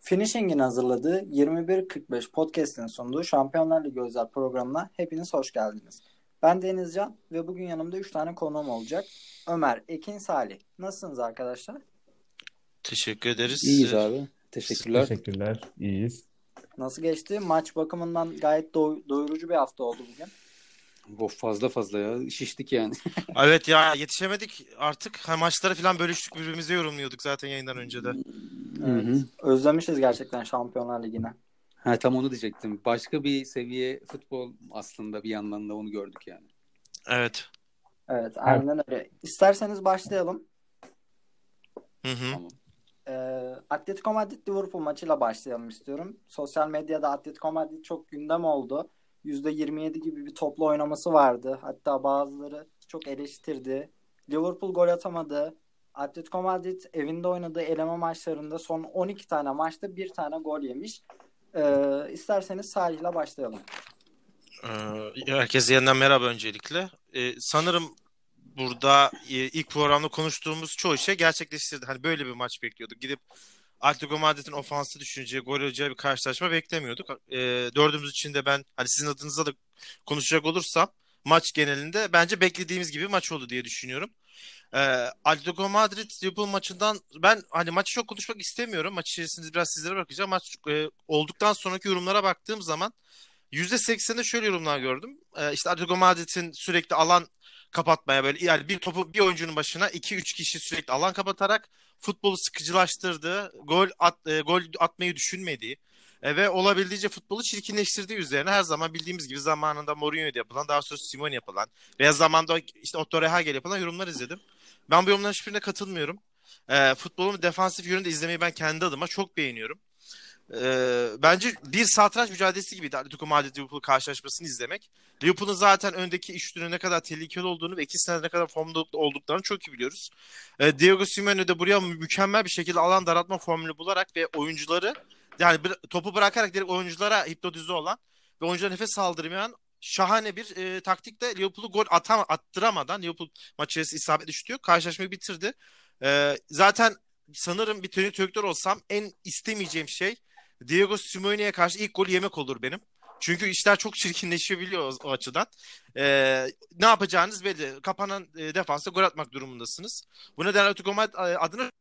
Finishing'in hazırladığı 21.45 Podcast'in sunduğu Şampiyonlar Ligi özel programına hepiniz hoş geldiniz. Ben Denizcan ve bugün yanımda 3 tane konuğum olacak. Ömer, Ekin, Salih. Nasılsınız arkadaşlar? Teşekkür ederiz. İyiyiz abi. Teşekkürler. Teşekkürler. İyiyiz. Nasıl geçti? Maç bakımından gayet doyurucu bir hafta oldu bugün. Bu fazla ya. Şiştik yani. Evet ya, yetişemedik artık. Maçları falan bölüştük, birbirimize yorumluyorduk zaten yayından önce de. Evet. Hı hı. Özlemişiz gerçekten Şampiyonlar Ligi'ne. Tam onu diyecektim. Başka bir seviye futbol aslında, bir yandan da onu gördük yani. Evet. Evet, aynen öyle. İsterseniz başlayalım. Hı. Tamam. Atletico Madrid-Liverpool maçıyla başlayalım istiyorum. Sosyal medyada Atletico Madrid çok gündem oldu. %27 gibi bir toplu oynaması vardı. Hatta bazıları çok eleştirdi. Liverpool gol atamadı. Atletico Madrid evinde oynadığı eleme maçlarında son 12 tane maçta bir tane gol yemiş. İsterseniz Salih'le başlayalım. Herkese yeniden merhaba öncelikle. Sanırım burada ilk programda konuştuğumuz çoğu şey gerçekleştirdi. Hani böyle bir maç bekliyorduk. Gidip Atletico Madrid'in ofansı düşüneceği, gol olacağı bir karşılaşma beklemiyorduk. Dördümüz için de ben, hani sizin adınıza da konuşacak olursam, maç genelinde bence beklediğimiz gibi bir maç oldu diye düşünüyorum. Atletico Madrid Liverpool maçından ben hani maçı çok konuşmak istemiyorum. Maç içerisinde biraz sizlere bakacağım. Maç olduktan sonraki yorumlara baktığım zaman %80'de şöyle yorumlar gördüm. İşte Atletico Madrid'in sürekli alan kapatmaya, böyle yani bir topu bir oyuncunun başına 2-3 kişi sürekli alan kapatarak futbolu sıkıcılaştırdığı, gol atmayı düşünmediği ve olabildiğince futbolu çirkinleştirdiği üzerine her zaman bildiğimiz gibi zamanında Mourinho'da yapılan, daha sonra Simone yapılan veya zamanda işte Otto Rehhagel yapılan yorumlar izledim. Ben bu yorumların hiçbirine katılmıyorum. Futbolun defansif yönünü de izlemeyi ben kendi adıma çok beğeniyorum. Bence bir satranç mücadelesi gibiydi Atletico Madrid-Liverpool karşılaşmasını izlemek. Liverpool'un zaten öndeki üçlünün ne kadar tehlikeli olduğunu ve ikisinin ne kadar formda olduklarını çok iyi biliyoruz. Diego Simeone de buraya mükemmel bir şekilde alan daraltma formülü bularak ve oyuncuları, yani topu bırakarak direkt oyunculara hipnotize olan ve oyunculara nefes aldırmayan şahane bir taktikle Liverpool'u gol attıramadan Liverpool maç içerisinde isabetli şutu yok, karşılaşmayı bitirdi. Zaten sanırım bir teknik direktör olsam en istemeyeceğim şey Diego Simeone'ye karşı ilk golü yemek olur benim. Çünkü işler çok çirkinleşebiliyor o açıdan. Ne yapacağınız belli. Kapanan defansa gol atmak durumundasınız. Bu nedenle Atletico Madrid adına,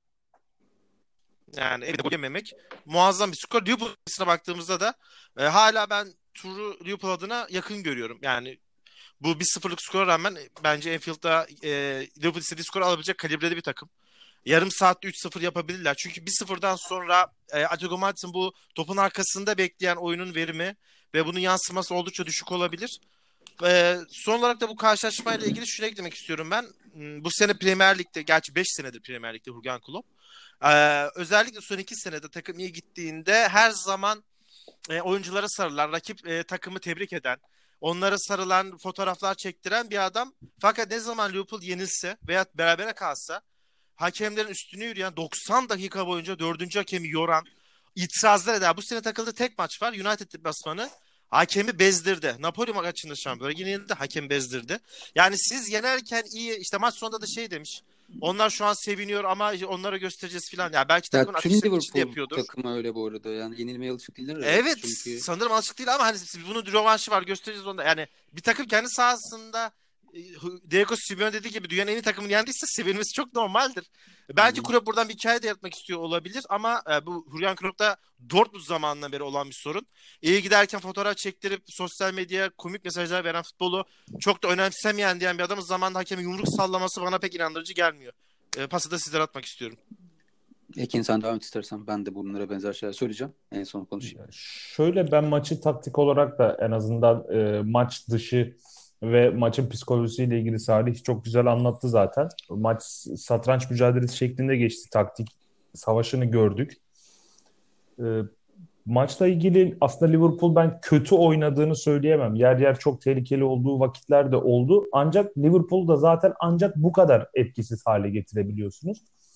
yani evde gol yememek muazzam bir skor. Liverpool'suna baktığımızda da hala ben turu Liverpool adına yakın görüyorum. Yani bu 1-0'lık skora rağmen bence Anfield'da Liverpool istediği skoru alabilecek kalibrede bir takım. Yarım saatte 3-0 yapabilirler. Çünkü 1-0'dan sonra Atletico Madrid'in bu topun arkasında bekleyen oyunun verimi ve bunun yansıması oldukça düşük olabilir. Son olarak da bu karşılaşmayla ilgili şunu eklemek istiyorum ben. Bu sene Premier Lig'de, gerçi 5 senedir Premier Lig'de Jurgen Klopp. Özellikle son 2 senede takım iyi gittiğinde her zaman oyunculara sarılan, rakip takımı tebrik eden, onlara sarılan fotoğraflar çektiren bir adam. Fakat ne zaman Liverpool yenilse veya berabere kalsa hakemlerin üstüne yürüyen, 90 dakika boyunca dördüncü hakemi yoran, itirazlar eder. Bu sene takıldığı tek maç var. United deplasmanı. Hakemi bezdirdi. Napoli maçında şampiyon. Yine yenildi. Hakem bezdirdi. Yani siz yenerken iyi, işte maç sonunda da şey demiş. Onlar şu an seviniyor ama onlara göstereceğiz falan. Ya belki takımın Tüm akışını Liverpool yapıyordur. takımı öyle bu arada. Yani yenilmeye alışık değiller. Evet, Çünkü sanırım alışık değil ama hani bunun rövanşı var, göstereceğiz onda. Yani bir takım kendi sahasında Diego Simeone dediği gibi dünyanın en iyi takımını yendiyse sevilmesi çok normaldir. Belki kulüp buradan bir hikaye de yaratmak istiyor olabilir ama bu Jurgen Klopp'ta Dortmund zamanından beri olan bir sorun. İyi giderken fotoğraf çektirip sosyal medyaya komik mesajlar veren, futbolu çok da önemsemeyen diyen bir adamın zamanında hakeme yumruk sallaması bana pek inandırıcı gelmiyor. Pası da sizlere atmak istiyorum. Ekin, sen devam et istersen, ben de bunlara benzer şeyler söyleyeceğim. En son konuşayım. Şöyle, ben maçı taktik olarak da en azından maç dışı ve maçın psikolojisiyle ilgili Salih çok güzel anlattı zaten. Maç satranç mücadelesi şeklinde geçti. Taktik savaşını gördük. E, Maçla ilgili aslında Liverpool ben kötü oynadığını söyleyemem. Yer yer çok tehlikeli olduğu vakitler de oldu. Ancak Liverpool'da zaten ancak bu kadar etkisiz hale getirebiliyorsunuz.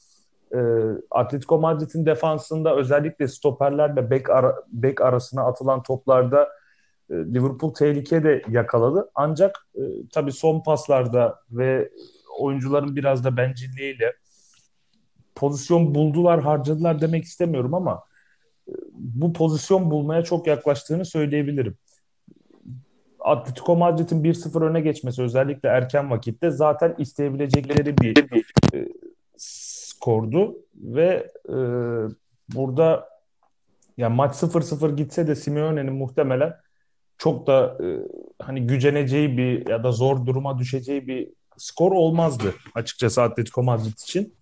Atletico Madrid'in defansında özellikle stoperlerle bek arasına atılan toplarda Liverpool tehlike de yakaladı. Ancak tabii son paslarda ve oyuncuların biraz da bencilliğiyle pozisyon buldular, harcadılar demek istemiyorum ama bu pozisyon bulmaya çok yaklaştığını söyleyebilirim. Atletico Madrid'in 1-0 öne geçmesi özellikle erken vakitte zaten isteyebilecekleri bir e, skordu ve burada yani maç 0-0 gitse de Simeone'nin muhtemelen çok da hani güceneceği bir ya da zor duruma düşeceği bir skor olmazdı açıkçası Atletico Madrid için.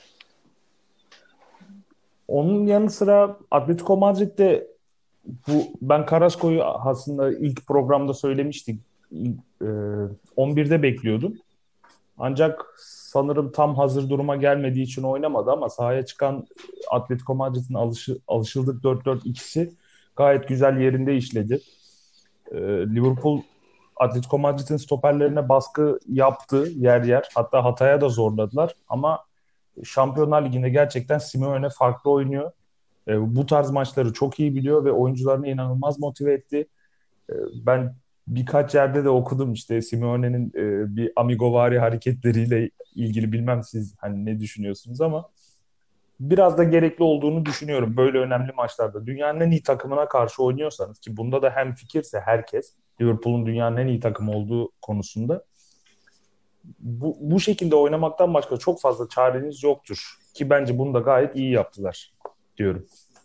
Onun yanı sıra Atletico Madrid'de ben Carrasco'yu aslında ilk programda söylemiştik. E, 11'de bekliyordum. Ancak sanırım tam hazır duruma gelmediği için oynamadı ama sahaya çıkan Atletico Madrid'in alışıldık 4-4-2'si gayet güzel yerinde işledi. Liverpool Atletico Madrid'in stoperlerine baskı yaptı yer yer. Hatta hataya da zorladılar. Ama Şampiyonlar Ligi'nde gerçekten Simeone farklı oynuyor. Bu tarz maçları çok iyi biliyor ve oyuncularını inanılmaz motive etti. Ben birkaç yerde de okudum işte Simeone'nin bir amigovari hareketleriyle ilgili bilmem siz hani ne düşünüyorsunuz ama biraz da gerekli olduğunu düşünüyorum böyle önemli maçlarda. Dünyanın en iyi takımına karşı oynuyorsanız ki bunda da hemfikirse herkes Liverpool'un dünyanın en iyi takımı olduğu konusunda bu şekilde oynamaktan başka çok fazla çareniz yoktur. Ki bence bunu da gayet iyi yaptılar diyorum.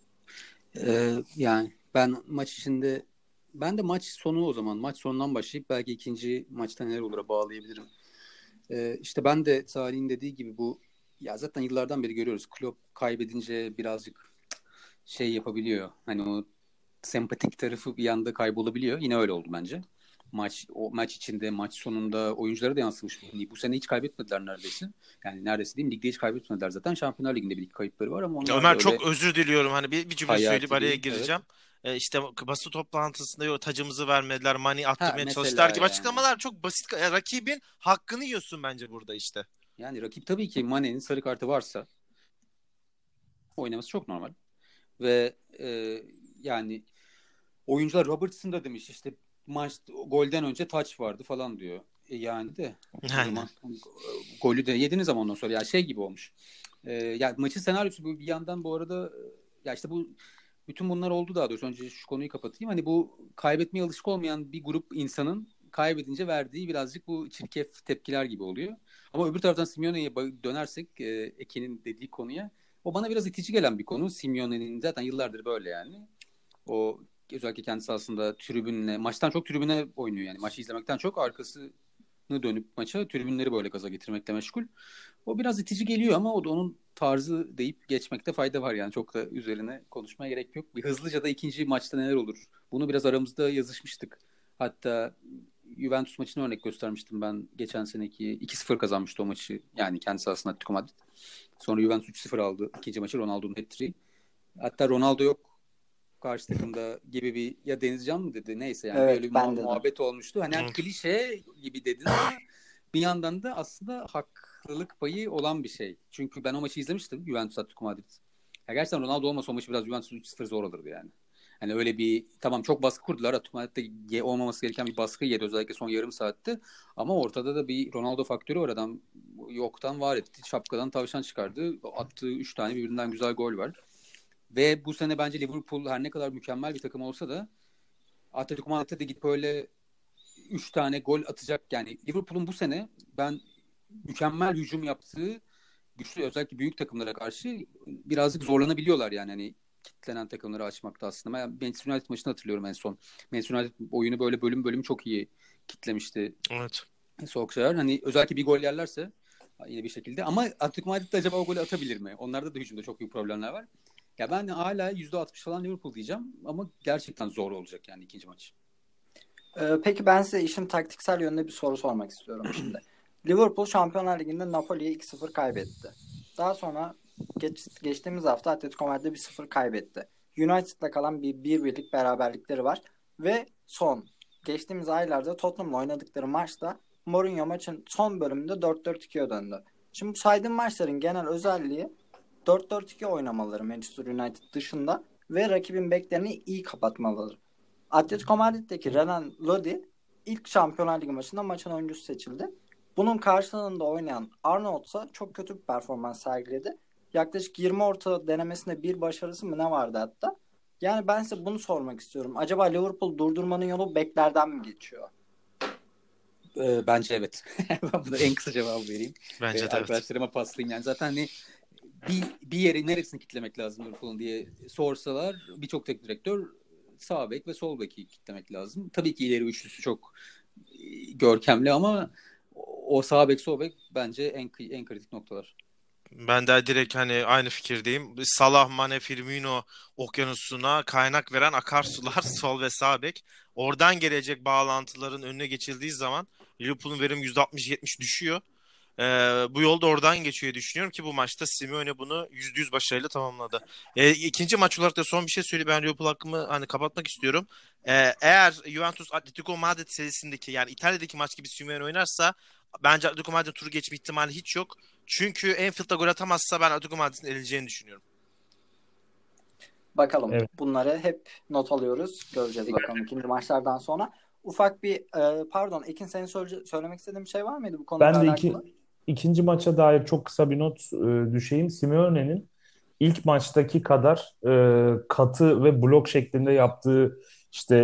Yani ben maç içinde ben de maç sonu o zaman maç sonundan başlayıp belki ikinci maçta neler olur'a bağlayabilirim. İşte ben de Salih'in dediği gibi bu ya zaten yıllardan beri görüyoruz. Klopp kaybedince birazcık şey yapabiliyor. Hani o sempatik tarafı bir anda kaybolabiliyor. Yine öyle oldu bence. Maç içinde, maç sonunda oyunculara da yansımış. Bu sene hiç kaybetmediler neredeyse. Yani neredeyse değil mi? Ligde hiç kaybetmediler zaten. Şampiyonlar Ligi'nde bir iki kayıpları var ama onlar da Ömer çok öyle özür diliyorum. Hani bir cümle söyleyip hayati araya değil. Evet. gireceğim. İşte basın toplantısında yok tacımızı vermediler, mani Ha attırmaya çalıştılar mesela gibi yani. açıklamalar çok basit. Rakibin hakkını yiyorsun bence burada işte. Yani rakip tabii ki Mane'nin sarı kartı varsa oynaması çok normal. Ve yani oyuncular Robertson da demiş işte maç golden önce taç vardı falan diyor. Yani de o Aynen. zaman golü de yediniz ama ondan sonra yani şey gibi olmuş. Ya maçın senaryosu bir yandan bu arada ya işte bu bütün bunlar oldu daha doğrusu. Önce şu konuyu kapatayım. Hani bu kaybetmeye alışık olmayan bir grup insanın kaybedince verdiği birazcık bu çirkef tepkiler gibi oluyor. Ama öbür taraftan Simeone'ye dönersek Ekin'in dediği konuya o bana biraz itici gelen bir konu. Simeone'nin zaten yıllardır böyle yani. O özellikle kendisi aslında tribünle maçtan çok tribüne oynuyor yani. Maçı izlemekten çok arkasını dönüp maça tribünleri böyle gaza getirmekle meşgul. O biraz itici geliyor ama o da onun tarzı deyip geçmekte fayda var yani. Çok da üzerine konuşmaya gerek yok. Bir hızlıca da ikinci maçta neler olur? Bunu biraz aramızda yazışmıştık. Hatta Juventus maçını örnek göstermiştim ben. Geçen seneki 2-0 kazanmıştı o maçı. Yani kendisi aslında Atletico Madrid. Sonra Juventus 3-0 aldı. İkinci maçı Ronaldo'nun hat-trick'i. Hatta Ronaldo yok karşı takımda gibi bir ya Denizcan mı dedi neyse yani Evet, böyle bir ben dedim. muhabbet olmuştu. Hani hem klişe gibi dedin ama bir yandan da aslında haklılık payı olan bir şey. Çünkü ben o maçı izlemiştim Juventus Atletico Madrid. Ya gerçekten Ronaldo olmasa o maçı biraz Juventus 3-0 zor alırdı yani. Hani öyle bir tamam çok baskı kurdular. Atletico Madrid'de olmaması gereken bir baskı yedi özellikle son yarım saatte. Ama ortada da bir Ronaldo faktörü var adam yoktan var etti. Şapkadan tavşan çıkardı. Attığı 3 tane birbirinden güzel gol var. Ve bu sene bence Liverpool her ne kadar mükemmel bir takım olsa da Atletico Madrid'de de gidip öyle 3 tane gol atacak. Yani Liverpool'un bu sene ben mükemmel hücum yaptığı güçlü özellikle büyük takımlara karşı birazcık zorlanabiliyorlar yani hani kitlenen takımları açmakta aslında. Ben Manchester United maçını hatırlıyorum en son. Manchester United oyunu böyle bölüm bölüm çok iyi kitlemişti. Evet. Solskjaer. Hani özellikle bir gol yerlerse yine bir şekilde ama Atletico Madrid de acaba o golü atabilir mi? Onlarda da hücumda çok büyük problemler var. Ya ben hala %60 falan Liverpool diyeceğim ama gerçekten zor olacak yani ikinci maç. Peki ben size işin taktiksel yönünde bir soru sormak istiyorum şimdi. Liverpool Şampiyonlar Ligi'nde Napoli'ye 2-0 kaybetti. Daha sonra geçtiğimiz hafta Atletico Madrid'e 1-0 kaybetti. United'la kalan bir 1-1'lik beraberlikleri var. Ve geçtiğimiz aylarda Tottenham'la oynadıkları maçta Mourinho maçın son bölümünde 4-4-2'ye döndü. Şimdi bu saydığım maçların genel özelliği 4-4-2 oynamaları Manchester United dışında ve rakibin beklerini iyi kapatmaları. Atletico Madrid'deki Renan Lodi ilk Şampiyonlar Ligi maçında maçın oyuncusu seçildi. Bunun karşılığında oynayan Arnold ise çok kötü bir performans sergiledi. Yaklaşık 20 orta denemesinde bir başarısı mı ne vardı hatta. Yani ben size bunu sormak istiyorum. Acaba Liverpool durdurmanın yolu beklerden mi geçiyor? Bence evet. Ben buna en kısa cevabı vereyim. Bence de evet. Arkadaşlarıma paslayayım. Yani zaten hani bir yeri neresini kitlemek lazım Liverpool'un diye sorsalar birçok teknik direktör sağ bek ve sol beki kitlemek lazım. Tabii ki ileri üçlüsü çok görkemli ama o sağ bek sol bek bence en kritik noktalar. Ben de direkt hani aynı fikirdeyim. Salah, Mane, Firmino okyanusuna kaynak veren akarsular sol ve sağ bek. Oradan gelecek bağlantıların önüne geçildiği zaman Liverpool'un verim %60-70 düşüyor. Bu yol da oradan geçiyor diye düşünüyorum ki bu maçta Simeone bunu %100 başarıyla tamamladı. İkinci maç olarak da son bir şey söyleyeyim. Ben Liverpool hakkımı hani kapatmak istiyorum. Eğer Juventus Atletico Madrid serisindeki yani İtalya'daki maç gibi Simeone oynarsa bence Atletico Madrid turu geçme ihtimali hiç yok. Çünkü Anfield'da gol atamazsa ben Atletico Madrid'in eleyeceğini düşünüyorum. Bakalım. Evet. Bunları hep not alıyoruz. Göreceğiz bakalım ikinci maçlardan sonra. Ufak bir pardon Ekin, senin söylemek istediğin bir şey var mıydı bu konuyla Ben de alakalı? ikinci maça dair çok kısa bir not düşeyim. Simeone'nin ilk maçtaki kadar katı ve blok şeklinde yaptığı işte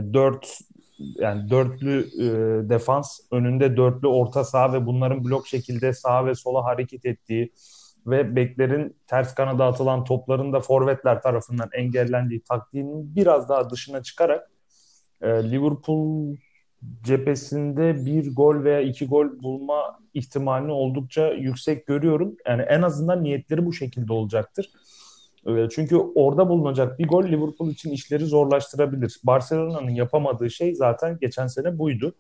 yani dörtlü defans, önünde dörtlü orta saha ve bunların blok şekilde sağa ve sola hareket ettiği ve beklerin ters kanada atılan topların da forvetler tarafından engellendiği taktiğinin biraz daha dışına çıkarak Liverpool cephesinde bir gol veya iki gol bulma ihtimalini oldukça yüksek görüyorum. Yani en azından niyetleri bu şekilde olacaktır. Çünkü orada bulunacak bir gol Liverpool için işleri zorlaştırabilir. Barcelona'nın yapamadığı şey zaten geçen sene buydu.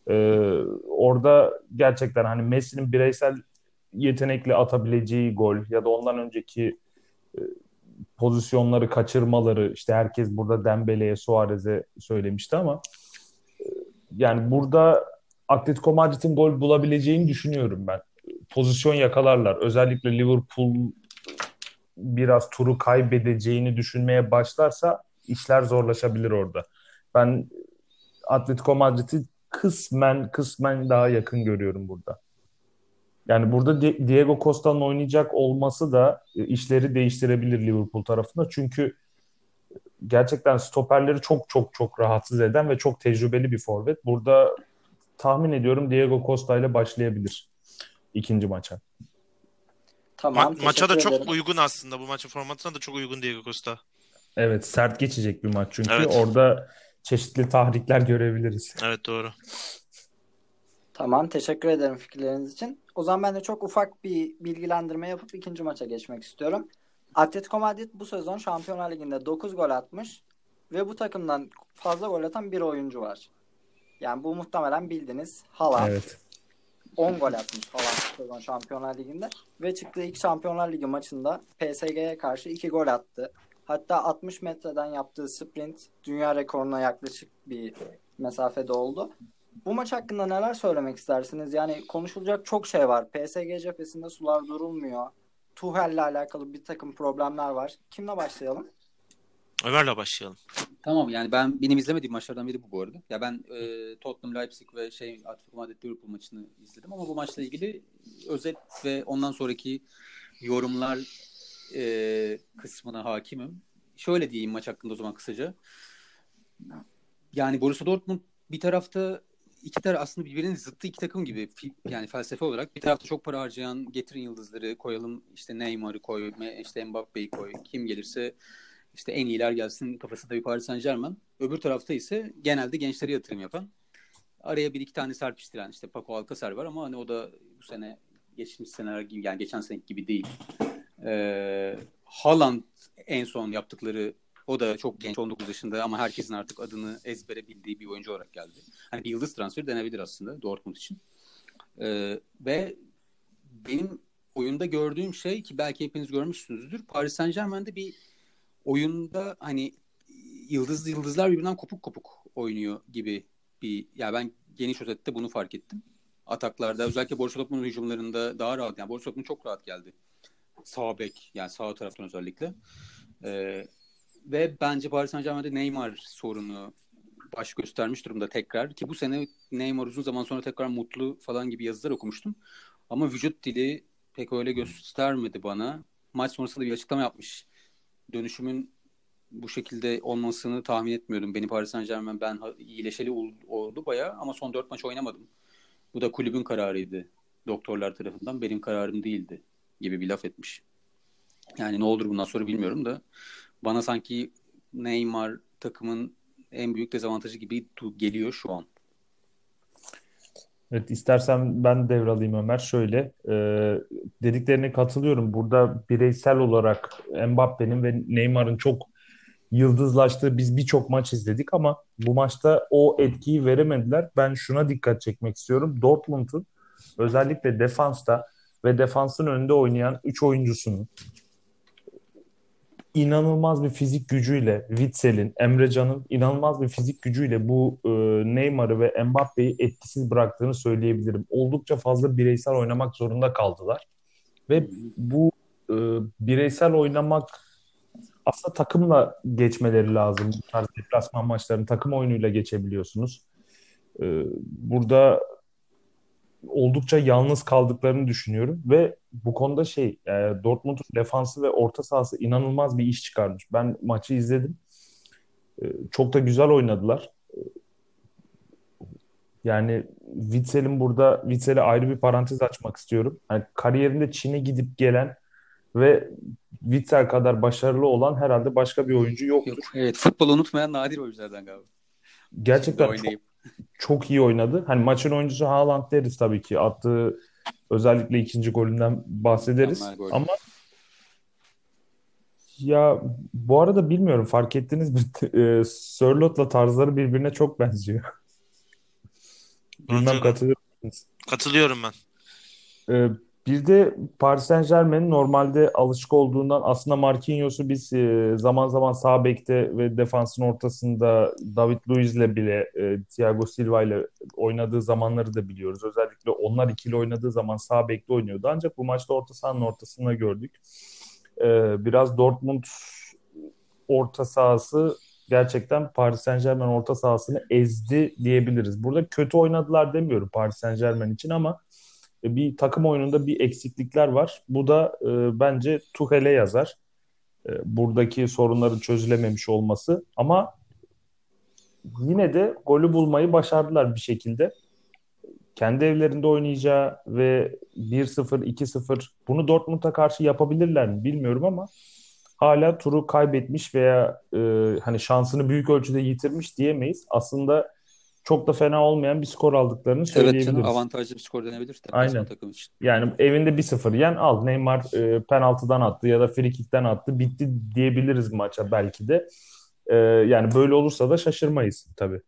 Orada gerçekten hani Messi'nin bireysel yetenekle atabileceği gol ya da ondan önceki e, pozisyonları kaçırmaları, işte herkes burada Dembele'ye, Suarez'e söylemişti ama yani burada Atletico Madrid'in gol bulabileceğini düşünüyorum ben. Pozisyon yakalarlar. Özellikle Liverpool biraz turu kaybedeceğini düşünmeye başlarsa işler zorlaşabilir orada. Ben Atletico Madrid'i kısmen daha yakın görüyorum burada. Yani burada Diego Costa'nın oynayacak olması da işleri değiştirebilir Liverpool tarafında. Çünkü gerçekten stoperleri çok çok çok rahatsız eden ve çok tecrübeli bir forvet. Burada tahmin ediyorum Diego Costa ile başlayabilir ikinci maça. Tamam, Maça da teşekkür ederim. çok uygun aslında. Bu maçın formatına da çok uygun Diego Costa. Evet, sert geçecek bir maç çünkü. Evet. Orada çeşitli tahrikler görebiliriz. Evet doğru. Tamam, teşekkür ederim fikirleriniz için. O zaman ben de çok ufak bir bilgilendirme yapıp ikinci maça geçmek istiyorum. Atletico Madrid bu sezon Şampiyonlar Ligi'nde 9 gol atmış ve bu takımdan fazla gol atan bir oyuncu var. Yani bu muhtemelen bildiniz. Haaland. Evet. 10 gol atmış Haaland bu sezon Şampiyonlar Ligi'nde ve çıktığı ilk Şampiyonlar Ligi maçında PSG'ye karşı 2 gol attı. Hatta 60 metreden yaptığı sprint dünya rekoruna yaklaşık bir mesafede oldu. Bu maç hakkında neler söylemek istersiniz? Yani konuşulacak çok şey var. PSG cephesinde sular durulmuyor. Tuchel'le alakalı bir takım problemler var. Kimle başlayalım? Ömer'le başlayalım. Tamam, yani benim izlemediğim maçlardan biri bu arada. Ya ben Tottenham, Leipzig ve Atletico Madrid Liverpool maçını izledim ama bu maçla ilgili özet ve ondan sonraki yorumlar kısmına hakimim. Şöyle diyeyim maç hakkında o zaman kısaca. Yani Borussia Dortmund bir tarafta iki taraf aslında birbirinin zıttı iki takım gibi, yani felsefe olarak. Bir tarafta çok para harcayan, getirin yıldızları koyalım, işte Neymar'ı koy, işte Mbappe'yi koy, kim gelirse işte en iyiler gelsin kafasında bir Paris Saint-Germain. Öbür tarafta ise genelde gençlere yatırım yapan, araya bir iki tane serpiştiren işte Paco Alcacer var ama hani o da bu sene geçmiş seneler gibi, yani geçen seneki gibi değil. Haaland en son yaptıkları, o da çok genç, 19 yaşında ama herkesin artık adını ezbere bildiği bir oyuncu olarak geldi. Hani bir yıldız transferi denebilir aslında Dortmund için. Ve benim oyunda gördüğüm şey, ki belki hepiniz görmüşsünüzdür, Paris Saint-Germain'de bir oyunda hani yıldızlar birbirinden kopuk kopuk oynuyor gibi bir, ya ben geniş özette bunu fark ettim. Ataklarda özellikle Borussia Dortmund'un hücumlarında daha rahat, yani Borussia Dortmund çok rahat geldi. Sağ bek, yani sağ taraftan özellikle. Ve bence Paris Saint-Germain'de Neymar sorunu baş göstermiş durumda tekrar. Ki bu sene Neymar uzun zaman sonra tekrar mutlu falan gibi yazılar okumuştum. Ama vücut dili pek öyle göstermedi bana. Maç sonrasında bir açıklama yapmış. Dönüşümün bu şekilde olmasını tahmin etmiyordum. Beni Paris Saint-Germain iyileşeli oldu bayağı ama son 4 maç oynamadım. Bu da kulübün kararıydı. Doktorlar tarafından benim kararım değildi gibi bir laf etmiş. Yani ne olur bundan sonra bilmiyorum da bana sanki Neymar takımın en büyük dezavantajı gibi geliyor şu an. Evet, istersen ben devralayım Ömer. Şöyle, dediklerine katılıyorum. Burada bireysel olarak Mbappe'nin ve Neymar'ın çok yıldızlaştığı biz birçok maç izledik ama bu maçta o etkiyi veremediler. Ben şuna dikkat çekmek istiyorum. Dortmund'un özellikle defansta ve defansın önünde oynayan 3 oyuncusunun inanılmaz bir fizik gücüyle, Witsel'in, Emre Can'ın inanılmaz bir fizik gücüyle bu Neymar'ı ve Mbappe'yi etkisiz bıraktığını söyleyebilirim. Oldukça fazla bireysel oynamak zorunda kaldılar. Ve bu bireysel oynamak aslında takımla geçmeleri lazım. Bu tarz deplasman maçlarını takım oyunuyla geçebiliyorsunuz. Burada oldukça yalnız kaldıklarını düşünüyorum ve bu konuda Dortmund'un defansı ve orta sahası inanılmaz bir iş çıkarmış. Ben maçı izledim. Çok da güzel oynadılar. Yani Witsel'e ayrı bir parantez açmak istiyorum. Yani kariyerinde Çin'e gidip gelen ve Witsel kadar başarılı olan herhalde başka bir oyuncu yoktur. Yok, evet, futbolu unutmayan nadir oyunculardan galiba. Gerçekten oynayıp. çok iyi oynadı. Hani maçın oyuncusu Haaland deriz tabii ki. Attığı özellikle ikinci golünden bahsederiz. Ama ya bu arada bilmiyorum fark ettiniz mi? Sörlot'la tarzları birbirine çok benziyor. Bilmem Bence de. katılır mısınız? Katılıyorum ben. Ee, Bir de Paris Saint-Germain'in normalde alışık olduğundan aslında Marquinhos'u biz zaman zaman sağ bekte ve defansın ortasında David Luiz'le bile Thiago Silva ile oynadığı zamanları da biliyoruz. Özellikle onlar ikili oynadığı zaman sağ bekte oynuyordu. Ancak bu maçta orta sahanın ortasında gördük. Biraz Dortmund orta sahası gerçekten Paris Saint-Germain orta sahasını ezdi diyebiliriz. Burada kötü oynadılar demiyorum Paris Saint-Germain için ama bir takım oyununda bir eksiklikler var. Bu da bence Tuchel'e yazar. Buradaki sorunların çözülememiş olması. Ama yine de golü bulmayı başardılar bir şekilde. Kendi evlerinde oynayacağı ve 1-0, 2-0 bunu Dortmund'a karşı yapabilirler mi bilmiyorum ama hala turu kaybetmiş veya hani şansını büyük ölçüde yitirmiş diyemeyiz. Aslında çok da fena olmayan bir skor aldıklarını Evet söyleyebiliriz. canım, avantajlı bir skor denebilir deplasman Aynen. takım için. Yani evinde 1-0 yen al. Neymar penaltıdan attı ya da frikikten attı. Bitti diyebiliriz maça belki de. Yani böyle olursa da şaşırmayız tabii.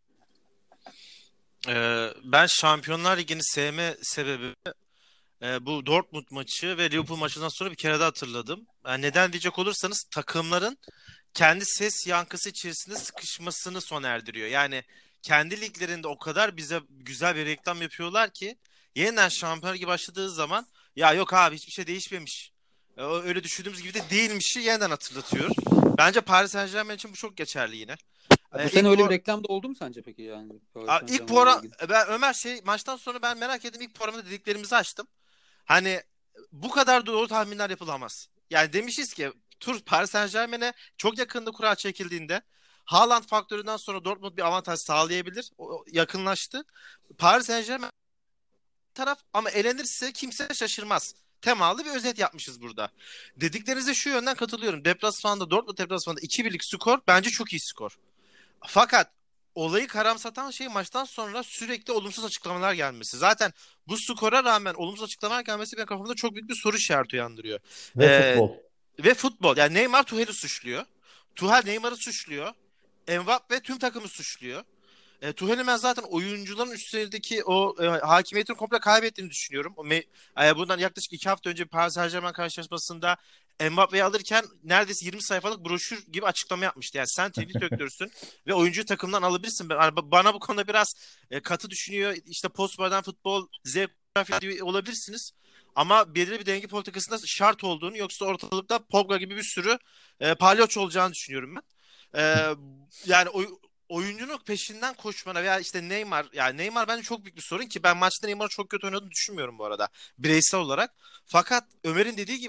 Ben Şampiyonlar Ligi'ni sevme sebebi bu Dortmund maçı ve Liverpool maçından sonra bir kere daha hatırladım. Yani neden diyecek olursanız takımların kendi ses yankısı içerisinde sıkışmasını sona erdiriyor. Yani kendi liglerinde o kadar bize güzel bir reklam yapıyorlar ki yeniden Şampiyonlar Ligi başladığı zaman ya yok abi hiçbir şey değişmemiş. Öyle düşündüğümüz gibi de değilmişi yeniden hatırlatıyor. Bence Paris Saint-Germain için bu çok geçerli yine. Bu sene öyle bir reklam da oldu mu sence peki yani? İlk program ben Ömer maçtan sonra ben merak ettim, ilk programda dediklerimizi açtım. Hani bu kadar doğru tahminler yapılamaz. Yani demişiz ki Paris Saint-Germain'e çok yakında kura çekildiğinde Haaland faktöründen sonra Dortmund bir avantaj sağlayabilir. O yakınlaştı. Paris Saint-Germain taraf ama elenirse kimse şaşırmaz. Temalı bir özet yapmışız burada. Dediklerinize şu yönden katılıyorum. Dortmund deplasmanında 2-1'lik skor bence çok iyi skor. Fakat olayı karamsatan şey maçtan sonra sürekli olumsuz açıklamalar gelmesi. Zaten bu skora rağmen olumsuz açıklamalar gelmesi benim kafamda çok büyük bir soru işareti uyandırıyor. Ve futbol. Yani Neymar Tuchel'i suçluyor. Tuchel Neymar'ı suçluyor. Mbappe tüm takımı suçluyor. Tuchel'in ben zaten oyuncuların üstlerindeki o hakimiyetini komple kaybettiğini düşünüyorum. Bundan yaklaşık 2 hafta önce Paris Saint-Germain karşılaşmasında Mbappe'yi alırken neredeyse 20 sayfalık broşür gibi açıklama yapmıştı. Yani sen teknik direktörsün ve oyuncuyu takımdan alabilirsin. Bana bu konuda biraz katı düşünüyor. İşte postmodern futbol, Z kuşağı olabilirsiniz. Ama belirli bir denge politikasında şart olduğunu, yoksa ortalıkta Pogba gibi bir sürü palyaço olacağını düşünüyorum ben. Yani oyuncunun peşinden koşmana veya işte Neymar bence çok büyük bir sorun ki ben maçta Neymar'ın çok kötü oynadığını düşünmüyorum bu arada bireysel olarak. Fakat Ömer'in dediği gibi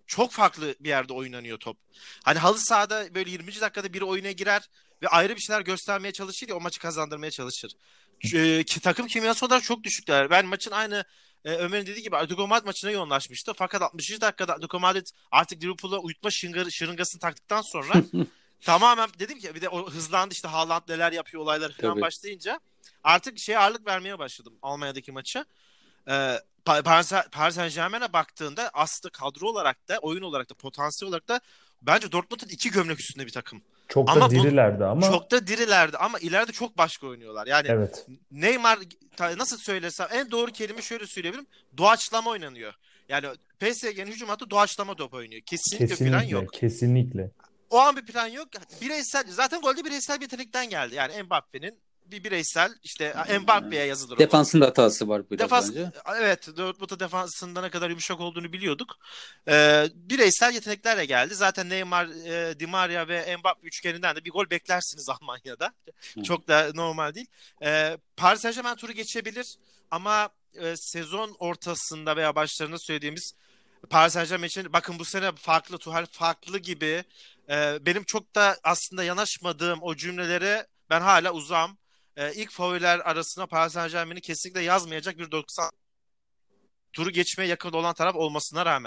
çok farklı bir yerde oynanıyor top. Hani halı sahada böyle 20. dakikada biri oyuna girer ve ayrı bir şeyler göstermeye çalışır ya, o maçı kazandırmaya çalışır. Takım kimyası olarak çok düşükler. Ben maçın aynı Ömer'in dediği gibi Atletico Madrid maçına yoğunlaşmıştı. Fakat 60. dakikada Atletico Madrid artık Liverpool'a uyutma şırıngasını taktıktan sonra tamamen dedim ki, bir de o hızlandı işte, Haaland neler yapıyor olaylar falan Tabii. başlayınca artık ağırlık vermeye başladım Almanya'daki maça. Paris Saint-Germain'e baktığında aslında kadro olarak da, oyun olarak da, potansiyel olarak da bence Dortmund'un 2 gömlek üstünde bir takım. Çok da Ama dirilerdi ama çok da dirilerdi ama ileride çok başka oynuyorlar. Yani evet. Neymar, nasıl söylesem en doğru kelime şöyle söyleyebilirim. Doğaçlama oynanıyor. Yani PSG'nin hücum hattı doğaçlama top oynuyor. Kesinlikle plan Kesinlikle, yok. kesinlikle. O an bir plan yok. Bireysel, zaten golde bireysel bir yetenekten geldi. Yani Mbappe'nin bir bireysel, işte Mbappe'ye yazılır o gol. Defansın da hatası var biraz Defans, bence. evet, Dortmund'un defansında ne kadar yumuşak olduğunu biliyorduk. Bireysel yeteneklerle geldi. Zaten Neymar, Di Maria ve Mbappe üçgeninden de bir gol beklersiniz Almanya'da. Çok da normal değil. Paris Saint-Germain turu geçebilir ama sezon ortasında veya başlarında söylediğimiz Paris Saint-Germain için bakın bu sene farklı, Tuchel farklı gibi, benim çok da aslında yanaşmadığım o cümlelere ben hala uzağım. İlk favoriler arasına Paris Saint-Germain'i kesinlikle yazmayacak bir 90 turu geçmeye yakın olan taraf olmasına rağmen.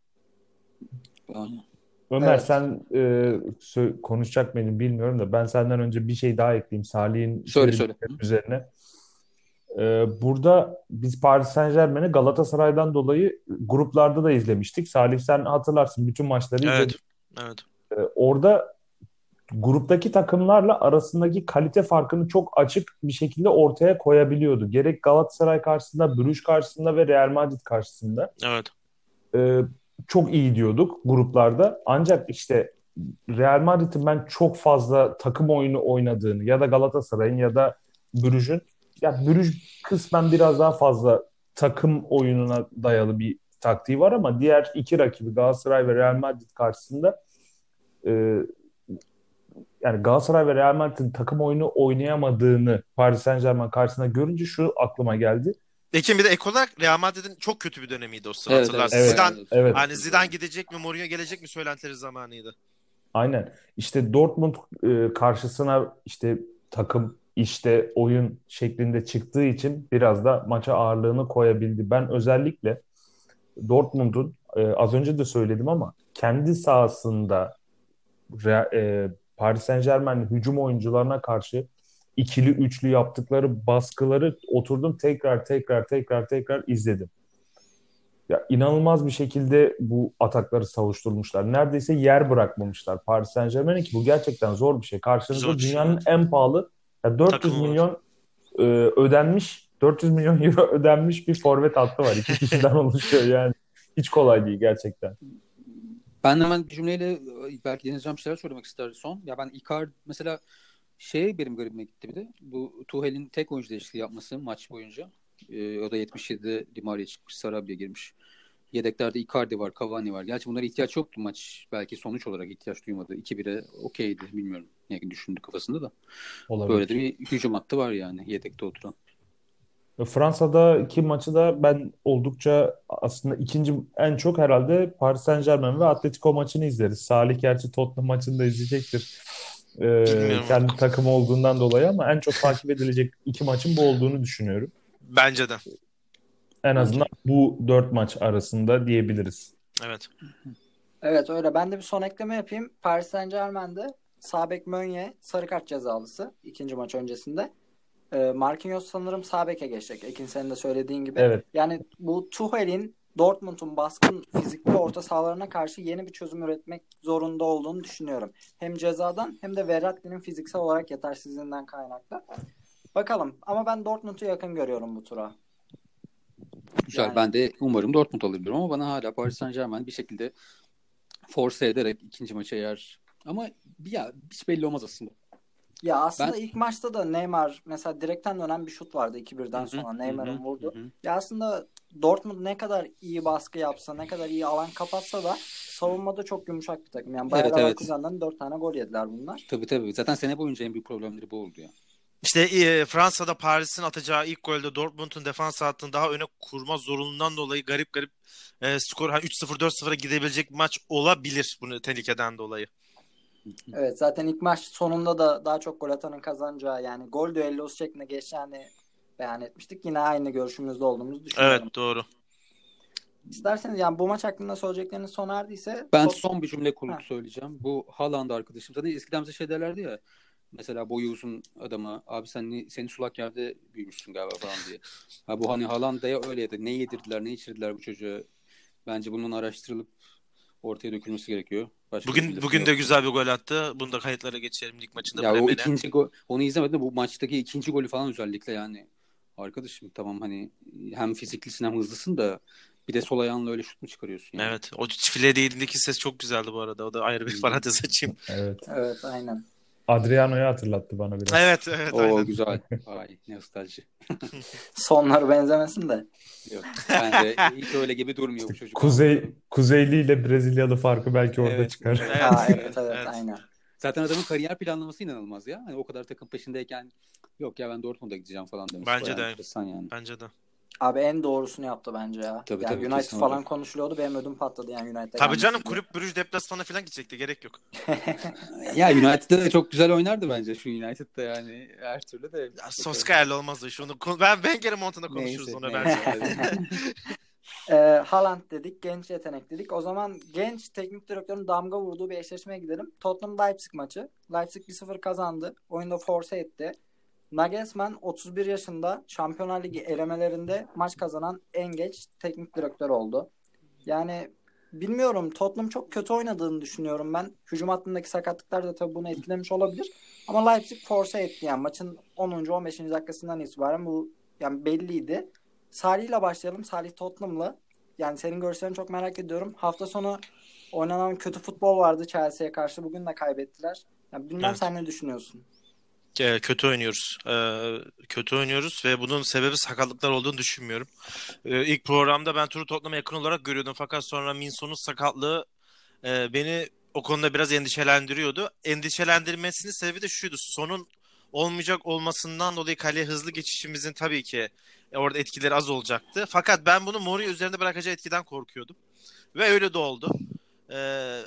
Ömer Evet. sen konuşacak mıydın bilmiyorum da ben senden önce bir şey daha ekleyeyim Salih'in Söyle. söyledikleri üzerine. Burada biz Paris Saint-Germain'i Galatasaray'dan dolayı gruplarda da izlemiştik. Salih sen hatırlarsın, bütün maçları izledik. Evet. Orada gruptaki takımlarla arasındaki kalite farkını çok açık bir şekilde ortaya koyabiliyordu. Gerek Galatasaray karşısında, Brugge karşısında ve Real Madrid karşısında. Evet. Çok iyi diyorduk gruplarda. Ancak işte Real Madrid'in ben çok fazla takım oyunu oynadığını ya da Galatasaray'ın ya da Brugge'ün, ya Brugge kısmen biraz daha fazla takım oyununa dayalı bir taktiği var ama diğer iki rakibi Galatasaray ve Real Madrid karşısında yani Galatasaray ve Real Madrid'in takım oyunu oynayamadığını Paris Saint-Germain karşısında görünce şu aklıma geldi. Ekin bir de ek olarak Real Madrid'in çok kötü bir dönemiydi o sıra, hatırlarsın. Evet, Zidane, evet. hani Zidane gidecek mi, Mourinho gelecek mi söylentileri zamanıydı. Aynen. İşte Dortmund karşısına işte takım, işte oyun şeklinde çıktığı için biraz da maça ağırlığını koyabildi. Ben özellikle Dortmund'un az önce de söyledim ama kendi sahasında Paris Saint-Germain'in hücum oyuncularına karşı ikili üçlü yaptıkları baskıları oturdum tekrar izledim. Ya inanılmaz bir şekilde bu atakları savuşturmuşlar. Neredeyse yer bırakmamışlar Paris Saint-Germain'in, ki bu gerçekten zor bir şey. Karşınızda Zor bir şey, dünyanın evet. en pahalı, ya 400 Takımı var. milyon ödenmiş, 400 milyon euro ödenmiş bir forvet hattı var. İki kişiden oluşuyor yani. Hiç kolay değil gerçekten. Ben hemen bir cümleyle belki deneyeceğim şeyler söylemek isterim son. Ya ben Icardi mesela benim garibime gitti bir de. Bu Tuchel'in tek oyuncu değişikliği yapması maç boyunca. O da 77'de Di Maria çıkmış, Sarabia girmiş. Yedeklerde Icardi var, Cavani var. Gerçi bunlara ihtiyaç yoktu maç. Belki sonuç olarak ihtiyaç duymadı. 2-1'e okeydi, bilmiyorum. Yani düşündü kafasında da. Olabilir. Böyle de bir hücum hattı var yani yedekte oturan. Fransa'daki maçı da ben oldukça aslında ikinci en çok herhalde Paris Saint-Germain ve Atletico maçını izleriz. Salih gerçi Tottenham maçını da izleyecektir. Bilmiyorum Kendi artık. takımı olduğundan dolayı ama en çok takip edilecek iki maçın bu olduğunu düşünüyorum. Bence de. En azından bu 4 maç arasında diyebiliriz. Evet. Evet öyle. Ben de bir son ekleme yapayım. Paris Saint-Germain'de sağ bek Meunier sarı kart cezalısı ikinci maç öncesinde. Marquinhos sanırım sağ beke geçecek. Ekin senin de söylediğin gibi. Evet. Yani bu Tuchel'in Dortmund'un baskın fizikli orta sahalarına karşı yeni bir çözüm üretmek zorunda olduğunu düşünüyorum. Hem cezadan hem de Verratti'nin fiziksel olarak yetersizliğinden kaynaklı. Bakalım ama ben Dortmund'u yakın görüyorum bu tura. Güzel. Yani- Ben de umarım Dortmund alabilirim ama bana hala Paris Saint-Germain bir şekilde force ederek ikinci maça yer. Ama ya hiç belli olmaz aslında. Ya aslında ilk maçta da Neymar mesela direkten dönen bir şut vardı 2-1'den sonra Neymar'ın vurdu. Ya aslında Dortmund ne kadar iyi baskı yapsa, ne kadar iyi alan kapatsa da savunmada çok yumuşak bir takım. Yani Bayer Evet. Leverkusen'den 4 tane gol yediler bunlar. Tabii. Zaten sene boyunca en büyük problemleri bu oldu ya. İşte Fransa'da Paris'in atacağı ilk golde Dortmund'un defans hattını daha öne kurma zorunluluğundan dolayı garip garip skor hani 3-0 4-0'a gidebilecek bir maç olabilir bunu tehlikeden dolayı. Evet, zaten ilk maç sonunda da daha çok gol atanın kazanacağı, yani gol düellosu şeklinde geçeceğini beyan etmiştik. Yine aynı görüşümüzde olduğumuzu düşünüyorum. Evet, doğru. İsterseniz yani bu maç hakkında söyleyecekleriniz sona erdiyse Ben son bir cümle kurup Ha. söyleyeceğim. Bu Haaland arkadaşım. Zaten eskiden bize şey derlerdi ya. Mesela boyu uzun adama abi seni sulak yerde büyümüşsün galiba falan diye. Ha bu hani Haaland'a öyleydi. Ne yedirdiler, ne içirdiler bu çocuğa. Bence bunun araştırılıp ortaya dökülmesi gerekiyor. Başka bir lafım Bugün de yok. güzel bir gol attı. Bunu da kayıtlara geçelim lig maçında Ya o Bremen'e. ikinci gol, onu izlemedim de bu maçtaki ikinci golü falan özellikle yani. Arkadaşım tamam hani hem fiziklisin hem hızlısın da bir de sol ayağınla öyle şut mu çıkarıyorsun yani? Evet. O file değilindeki ses çok güzeldi bu arada. O da ayrı bir parantez açayım. Evet. Evet, aynen. Adriano'yu hatırlattı bana biraz. Evet, O aynen. güzel. Ay ne nostalji. Sonları benzemesin de. Yok. Bence hiç öyle gibi durmuyor bu çocuk. Kuzeyli ile Brezilyalı farkı belki orada Evet, çıkar. evet. Ha, evet, evet, Evet. aynen. Zaten adamın kariyer planlaması inanılmaz ya. Hani o kadar takım peşindeyken yok ya ben Dortmund'a gideceğim falan demiş. Bence Bayağı de. enteresan yani. Bence de. Abi en doğrusunu yaptı bence ya. Tabii, Yani tabii, United kesin falan öyle. konuşuluyordu. Benim ödüm patladı yani United'a Tabii canım, gelmesi diye. Kulüp Brugge deplasmana falan gidecekti. Gerek yok. Ya United'da da çok güzel oynardı bence şu United'da yani her türlü de. Ya, Solskjaer'le olmazdı. Şunu ben Wenger'in montunda konuşuruz Neyse, onu neyse. bence. Haaland dedik, genç yetenek dedik. O zaman genç teknik direktörün damga vurduğu bir eşleşmeye gidelim. Tottenham-Leipzig maçı. Leipzig 1-0 kazandı. Oyunda force etti. Nagelsmann 31 yaşında Şampiyonlar Ligi elemelerinde maç kazanan en genç teknik direktör oldu. Yani bilmiyorum, Tottenham çok kötü oynadığını düşünüyorum ben. Hücum hattındaki sakatlıklar da tabii bunu etkilemiş olabilir. Ama Leipzig force etti yani maçın 10. 15. dakikasından itibaren bu yani belliydi. Salih ile başlayalım. Salih Tottenham'lı. Yani senin görüşlerini çok merak ediyorum. Hafta sonu oynanan kötü futbol vardı Chelsea'ye karşı. Bugün de kaybettiler. Yani bilmem Evet. sen ne düşünüyorsun? Kötü oynuyoruz. Kötü oynuyoruz ve bunun sebebi sakatlıklar olduğunu düşünmüyorum. İlk programda ben turu Tottenham'a yakın olarak görüyordum. Fakat sonra Minson'un sakatlığı beni o konuda biraz endişelendiriyordu. Endişelendirmesinin sebebi de şuydu. Sonun olmayacak olmasından dolayı kaleye hızlı geçişimizin tabii ki orada etkileri az olacaktı. Fakat ben bunu Mourinho üzerinde bırakacağı etkiden korkuyordum. Ve öyle de oldu. Ee,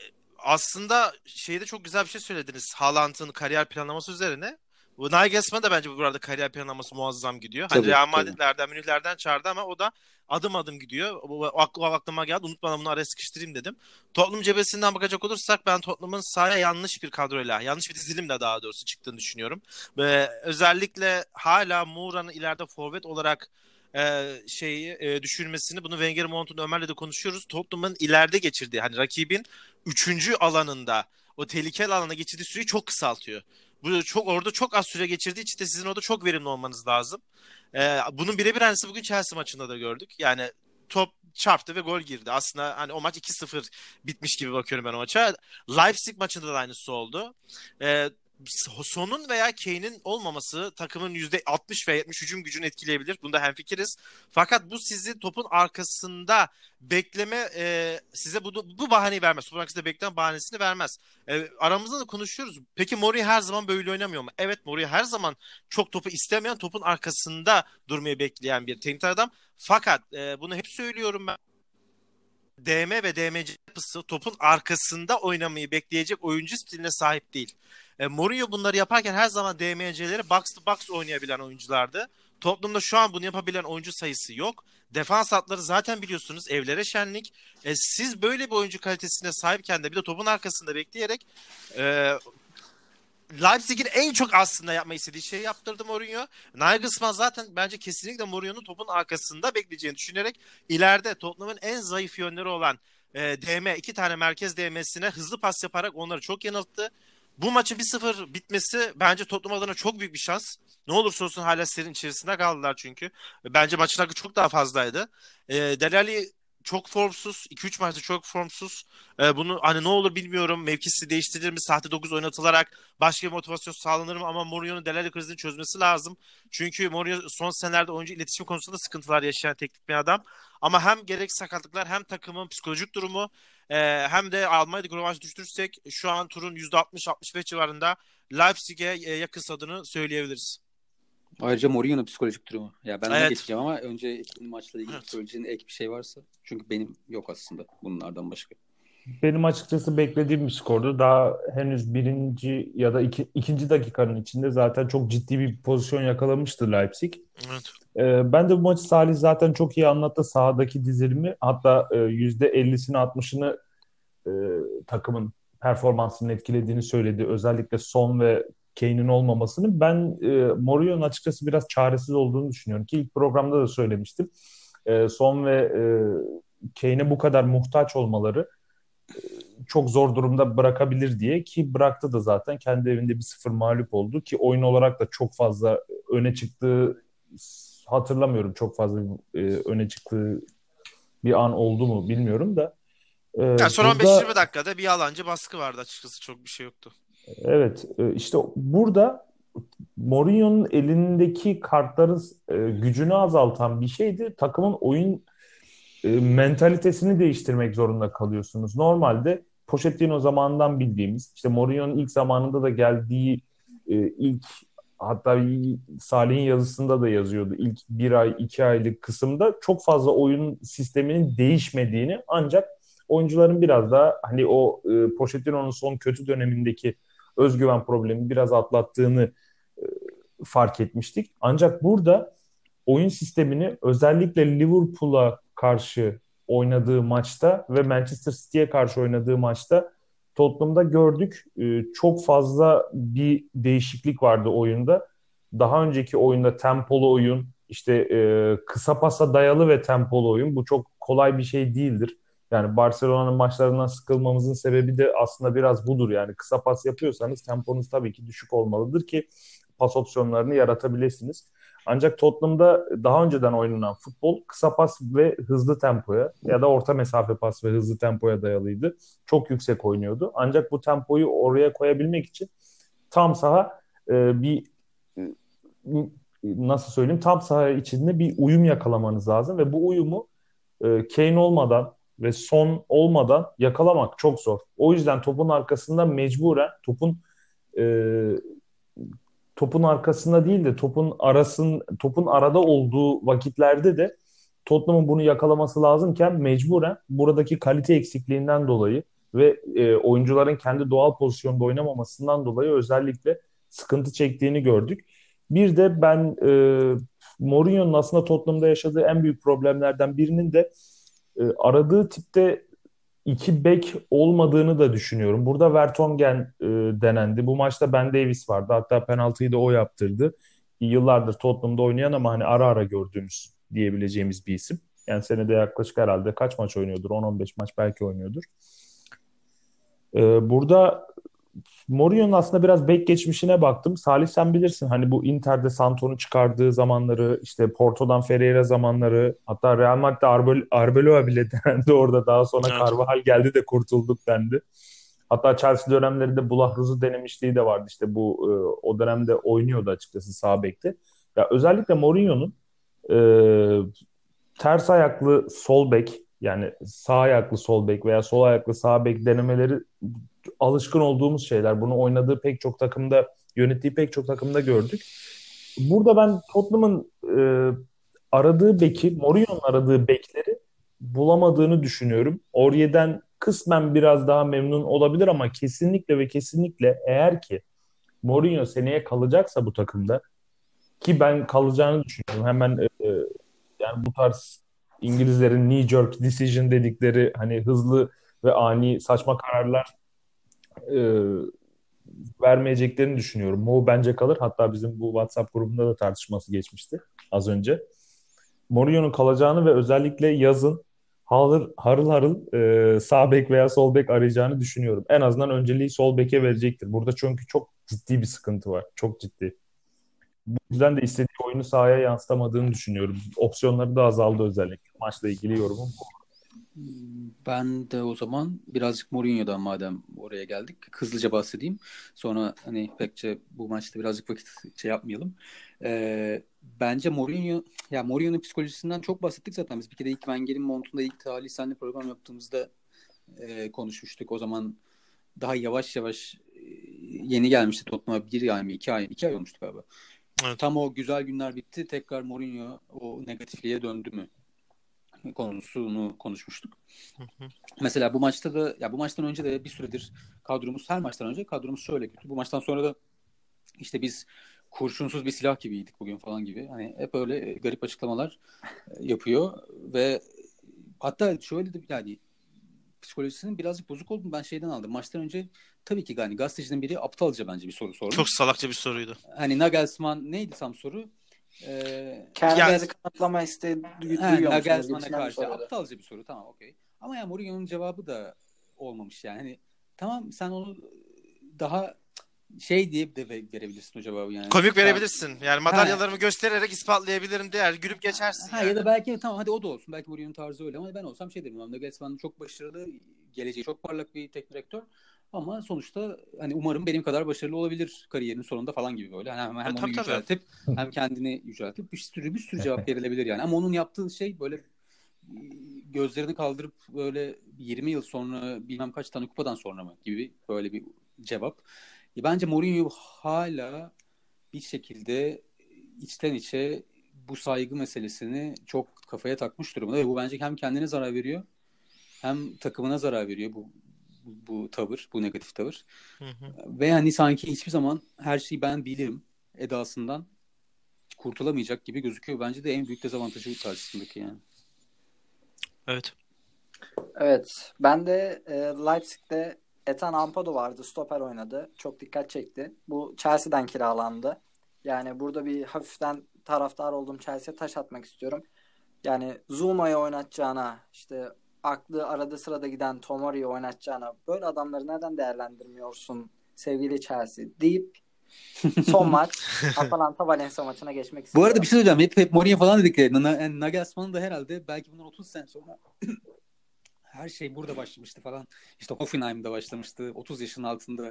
Aslında şeyde çok güzel bir şey söylediniz. Haaland'ın kariyer planlaması üzerine. Bu Nagelsmann da bence bu arada kariyer planlaması muazzam gidiyor. Hani Tabii, Real tabii. Madrid'lerden, Münih'lerden çağırdı ama o da adım adım gidiyor. Aklıma geldi. Unutmadan bunu araya sıkıştırayım dedim. Tottenham cephesinden bakacak olursak ben Tottenham'ın sahaya yanlış bir kadroyla, yanlış bir dizilimle daha doğrusu çıktığını düşünüyorum. Ve özellikle hala Moura'nın ileride forvet olarak düşürmesini, bunu Wenger Mont'un Ömer'le de konuşuyoruz. Tottenham'ın ileride geçirdiği, hani rakibin 3. alanında o tehlikeli alana geçirdiği süreyi çok kısaltıyor. Bu orada çok az süre geçirdiği için de sizin orada çok verimli olmanız lazım. Bunun birebir aynısı bugün Chelsea maçında da gördük. Yani top çarptı ve gol girdi. Aslında hani o maç 2-0 bitmiş gibi bakıyorum ben o maça. Leipzig maçında da aynısı oldu. Son'un veya Kane'in olmaması takımın %60 ve 70 hücum gücünü etkileyebilir. Bunda hemfikiriz. Fakat bu sizi topun arkasında bekleme size bu bahaneyi vermez. Topun arkasında bekleme bahanesini vermez. Aramızda da konuşuyoruz. Peki Mourinho her zaman böyle oynamıyor mu? Evet, Mourinho her zaman çok topu istemeyen, topun arkasında durmayı bekleyen bir teknik adam. Fakat bunu hep söylüyorum ben. DM ve DMC yapısı topun arkasında oynamayı bekleyecek oyuncu stiline sahip değil. Mourinho bunları yaparken her zaman DMC'leri box to box oynayabilen oyunculardı. Tottenham'da şu an bunu yapabilen oyuncu sayısı yok. Defans hatları zaten biliyorsunuz evlere şenlik. Siz böyle bir oyuncu kalitesine sahipken de bir de topun arkasında bekleyerek Leipzig'in en çok aslında yapmayı istediği şeyi yaptırdı Mourinho. Nagelsmann zaten bence kesinlikle Mourinho'nun topun arkasında bekleyeceğini düşünerek ileride Tottenham'ın en zayıf yönleri olan DM, 2 tane merkez DM'sine hızlı pas yaparak onları çok yanılttı. Bu maçın 1-0 bitmesi bence Tottenham adına çok büyük bir şans. Ne olursa olsun hala serinin içerisinde kaldılar çünkü. Bence maçın hakkı çok daha fazlaydı. Dele Alli çok formsuz. 2-3 maçta çok formsuz. Bunu hani ne olur bilmiyorum. Mevkisi değiştirilir mi? Sahte 9 oynatılarak başka bir motivasyon sağlanır mı? Ama Mourinho'nun Delali krizini çözmesi lazım. Çünkü Mourinho son senelerde oyuncu iletişim konusunda sıkıntılar yaşayan teknik bir adam. Ama hem gerek sakatlıklar hem takımın psikolojik durumu hem de Almanya'daki rövanşı düştürürsek şu an turun %60-65 civarında Leipzig'e yakınsadığını söyleyebiliriz. Ayrıca Mourinho'nun psikolojik durumu. Ya ben ona Evet. geçeceğim ama önce maçla ilgili Evet. söyleyeceğin ek bir şey varsa. Çünkü benim yok aslında bunlardan başka. Benim açıkçası beklediğim bir skordu. Daha henüz birinci ya da ikinci dakikanın içinde zaten çok ciddi bir pozisyon yakalamıştı Leipzig. Evet. Ben de bu maçı Salih zaten çok iyi anlattı sahadaki dizilimi. Hatta %50'sini 60'ını e, takımın performansının etkilediğini söyledi. Özellikle Son ve Kane'in olmamasını. Ben Mourinho'nun açıkçası biraz çaresiz olduğunu düşünüyorum ki ilk programda da söylemiştim. Son ve Kane'e bu kadar muhtaç olmaları çok zor durumda bırakabilir diye ki bıraktı da zaten kendi evinde 1-0 mağlup oldu ki oyun olarak da çok fazla öne çıktığı hatırlamıyorum, çok fazla öne çıktığı bir an oldu mu bilmiyorum da Yani son burada 15-20 dakikada bir yalancı baskı vardı açıkçası. Çok bir şey yoktu. evet, işte burada Mourinho'nun elindeki kartların gücünü azaltan bir şeydi. Takımın oyun mentalitesini değiştirmek zorunda kalıyorsunuz. Normalde Pochettino zamanından bildiğimiz, işte Mourinho'nun ilk zamanında da geldiği ilk, hatta Salih'in yazısında da yazıyordu. İlk bir ay, 2 aylık kısımda çok fazla oyun sisteminin değişmediğini, ancak oyuncuların biraz daha hani o Pochettino'nun son kötü dönemindeki özgüven problemi biraz atlattığını e, fark etmiştik. Ancak burada oyun sistemini özellikle Liverpool'a karşı oynadığı maçta ve Manchester City'ye karşı oynadığı maçta Tottenham'da gördük. Çok fazla bir değişiklik vardı oyunda. Daha önceki oyunda tempolu oyun, işte kısa pasa dayalı ve tempolu oyun, bu çok kolay bir şey değildir. Yani Barcelona'nın maçlarından sıkılmamızın sebebi de aslında biraz budur. Yani kısa pas yapıyorsanız temponuz tabii ki düşük olmalıdır ki pas opsiyonlarını yaratabilirsiniz. Ancak Tottenham'da daha önceden oynanan futbol kısa pas ve hızlı tempoya ya da orta mesafe pas ve hızlı tempoya dayalıydı. Çok yüksek oynuyordu. Ancak bu tempoyu oraya koyabilmek için tam saha bir nasıl söyleyeyim, tam saha içinde bir uyum yakalamanız lazım ve bu uyumu Kane olmadan ve Son olmadan yakalamak çok zor. O yüzden topun arkasında mecburen e, topun arkasında değil de topun arada olduğu vakitlerde de Tottenham'ın bunu yakalaması lazımken mecburen buradaki kalite eksikliğinden dolayı ve oyuncuların kendi doğal pozisyonda oynamamasından dolayı özellikle sıkıntı çektiğini gördük. Bir de ben Mourinho'nun aslında Tottenham'da yaşadığı en büyük problemlerden birinin de aradığı tipte iki bek olmadığını da düşünüyorum. Burada Vertonghen denendi. Bu maçta Ben Davies vardı. Hatta penaltıyı da o yaptırdı. Yıllardır Tottenham'da oynayan ama hani ara ara gördüğümüz diyebileceğimiz bir isim. Yani senede yaklaşık herhalde kaç maç oynuyordur? 10-15 maç belki oynuyordur. Burada Mourinho'nun aslında biraz bek geçmişine baktım. Salih, sen bilirsin hani bu Inter'de Santon'u çıkardığı zamanları, işte Porto'dan Ferreira zamanları, hatta Real Madrid'de Arbeloa bile denendi orada. Daha sonra Evet. Carvajal geldi de kurtulduk dendi. Hatta Chelsea dönemlerinde Bulahruz'u denemişliği de vardı. İşte bu o dönemde oynuyordu açıkçası sağ bekte. Ya özellikle Mourinho'nun e, ters ayaklı sol bek, yani sağ ayaklı sol bek veya sol ayaklı sağ bek denemeleri alışkın olduğumuz şeyler. Bunu oynadığı pek çok takımda, yönettiği pek çok takımda gördük. Burada ben Tottenham'ın aradığı beki, Mourinho'nun aradığı bekleri bulamadığını düşünüyorum. Aurier'den kısmen biraz daha memnun olabilir ama kesinlikle ve kesinlikle eğer ki Mourinho seneye kalacaksa bu takımda, ki ben kalacağını düşünüyorum. Hemen yani bu tarz İngilizlerin knee jerk decision dedikleri hani hızlı ve ani saçma kararlar e, vermeyeceklerini düşünüyorum. Mo bence kalır. Hatta bizim bu WhatsApp grubunda da tartışması geçmişti az önce. Mourinho'nun kalacağını ve özellikle yazın harıl harıl sağ bek veya sol bek arayacağını düşünüyorum. En azından önceliği sol beke verecektir. Burada çünkü çok ciddi bir sıkıntı var. Çok ciddi. Bu yüzden de istediği oyunu sahaya yansıtamadığını düşünüyorum. Opsiyonları da azaldı özellikle. Maçla ilgili yorumum bu. Ben de o zaman birazcık Mourinho'dan madem oraya geldik. Hızlıca bahsedeyim. Sonra hani pekçe bu maçta birazcık vakit yapmayalım. Bence Mourinho'nun psikolojisinden çok bahsettik zaten. Biz bir kere ilk Wenger'in montunda ilk Talih senle program yaptığımızda konuşmuştuk. O zaman daha yavaş yavaş yeni gelmişti Tottenham'a 2 ay olmuştu galiba. Evet. Tam o güzel günler bitti. Tekrar Mourinho o negatifliğe döndü mü konusunu konuşmuştuk. Mesela bu maçta da bu maçtan önce de bir süredir her maçtan önce kadromuz şöyle kötü. Bu maçtan sonra da işte biz kurşunsuz bir silah gibiydik bugün falan gibi. Hani hep öyle garip açıklamalar yapıyor ve hatta şöyle de yani psikolojisinin birazcık bozuk olduğunu ben şeyden aldım. Maçtan önce tabii ki yani gazetecinin biri aptalca bence bir soru sormuş. Çok salakça bir soruydu. Hani Nagelsmann neydi tam soru? Kendinizi kanıtlama isteği duyuyor musunuz? Nagelsmann'a karşı aptalca bir soru. Tamam okey. Ama ya Mourinho'nun cevabı da olmamış yani. Hani tamam sen onu daha diye de verebilirsin o cevabı yani. Komik verebilirsin. Yani madalyalarımı göstererek ispatlayabilirim der. Gülüp geçersin. Ya da belki tamam hadi o da olsun. Belki Mourinho'nun tarzı öyle ama ben olsam derim. Nagelsmann çok başarılı, geleceği çok parlak bir teknik direktör. Ama sonuçta hani umarım benim kadar başarılı olabilir kariyerinin sonunda falan gibi böyle. Hani hem onu yüceltip hem kendini yüceltip bir sürü cevap verilebilir yani. Ama onun yaptığı şey böyle gözlerini kaldırıp böyle 20 yıl sonra bilmem kaç tane kupadan sonra mı gibi böyle bir cevap. Bence Mourinho hala bir şekilde içten içe bu saygı meselesini çok kafaya takmış durumda ve bu bence hem kendine zarar veriyor hem takımına zarar veriyor bu tavır, bu negatif tavır. Ve hani sanki hiçbir zaman her şeyi ben bilirim edasından kurtulamayacak gibi gözüküyor. Bence de en büyük dezavantajı karşısındaki yani. Evet. Evet. Ben de Leipzig'te Ethan Ampadu vardı. Stoper oynadı. Çok dikkat çekti. Bu Chelsea'den kiralandı. Yani burada bir hafiften taraftar olduğum Chelsea'ye taş atmak istiyorum. Yani Zuma'yı oynatacağına, işte aklı arada sırada giden Tomori'yi oynatacağına böyle adamları neden değerlendirmiyorsun sevgili Chelsea deyip son maç Atalanta Valencia maçına geçmek istiyorum. Bu arada bir şey söyleyeceğim. Hep Mourinho falan dedik ya. Nagelsmann'ın da herhalde belki bundan 30 sene sonra her şey burada başlamıştı falan. İşte Hoffenheim'da başlamıştı. 30 yaşın altında.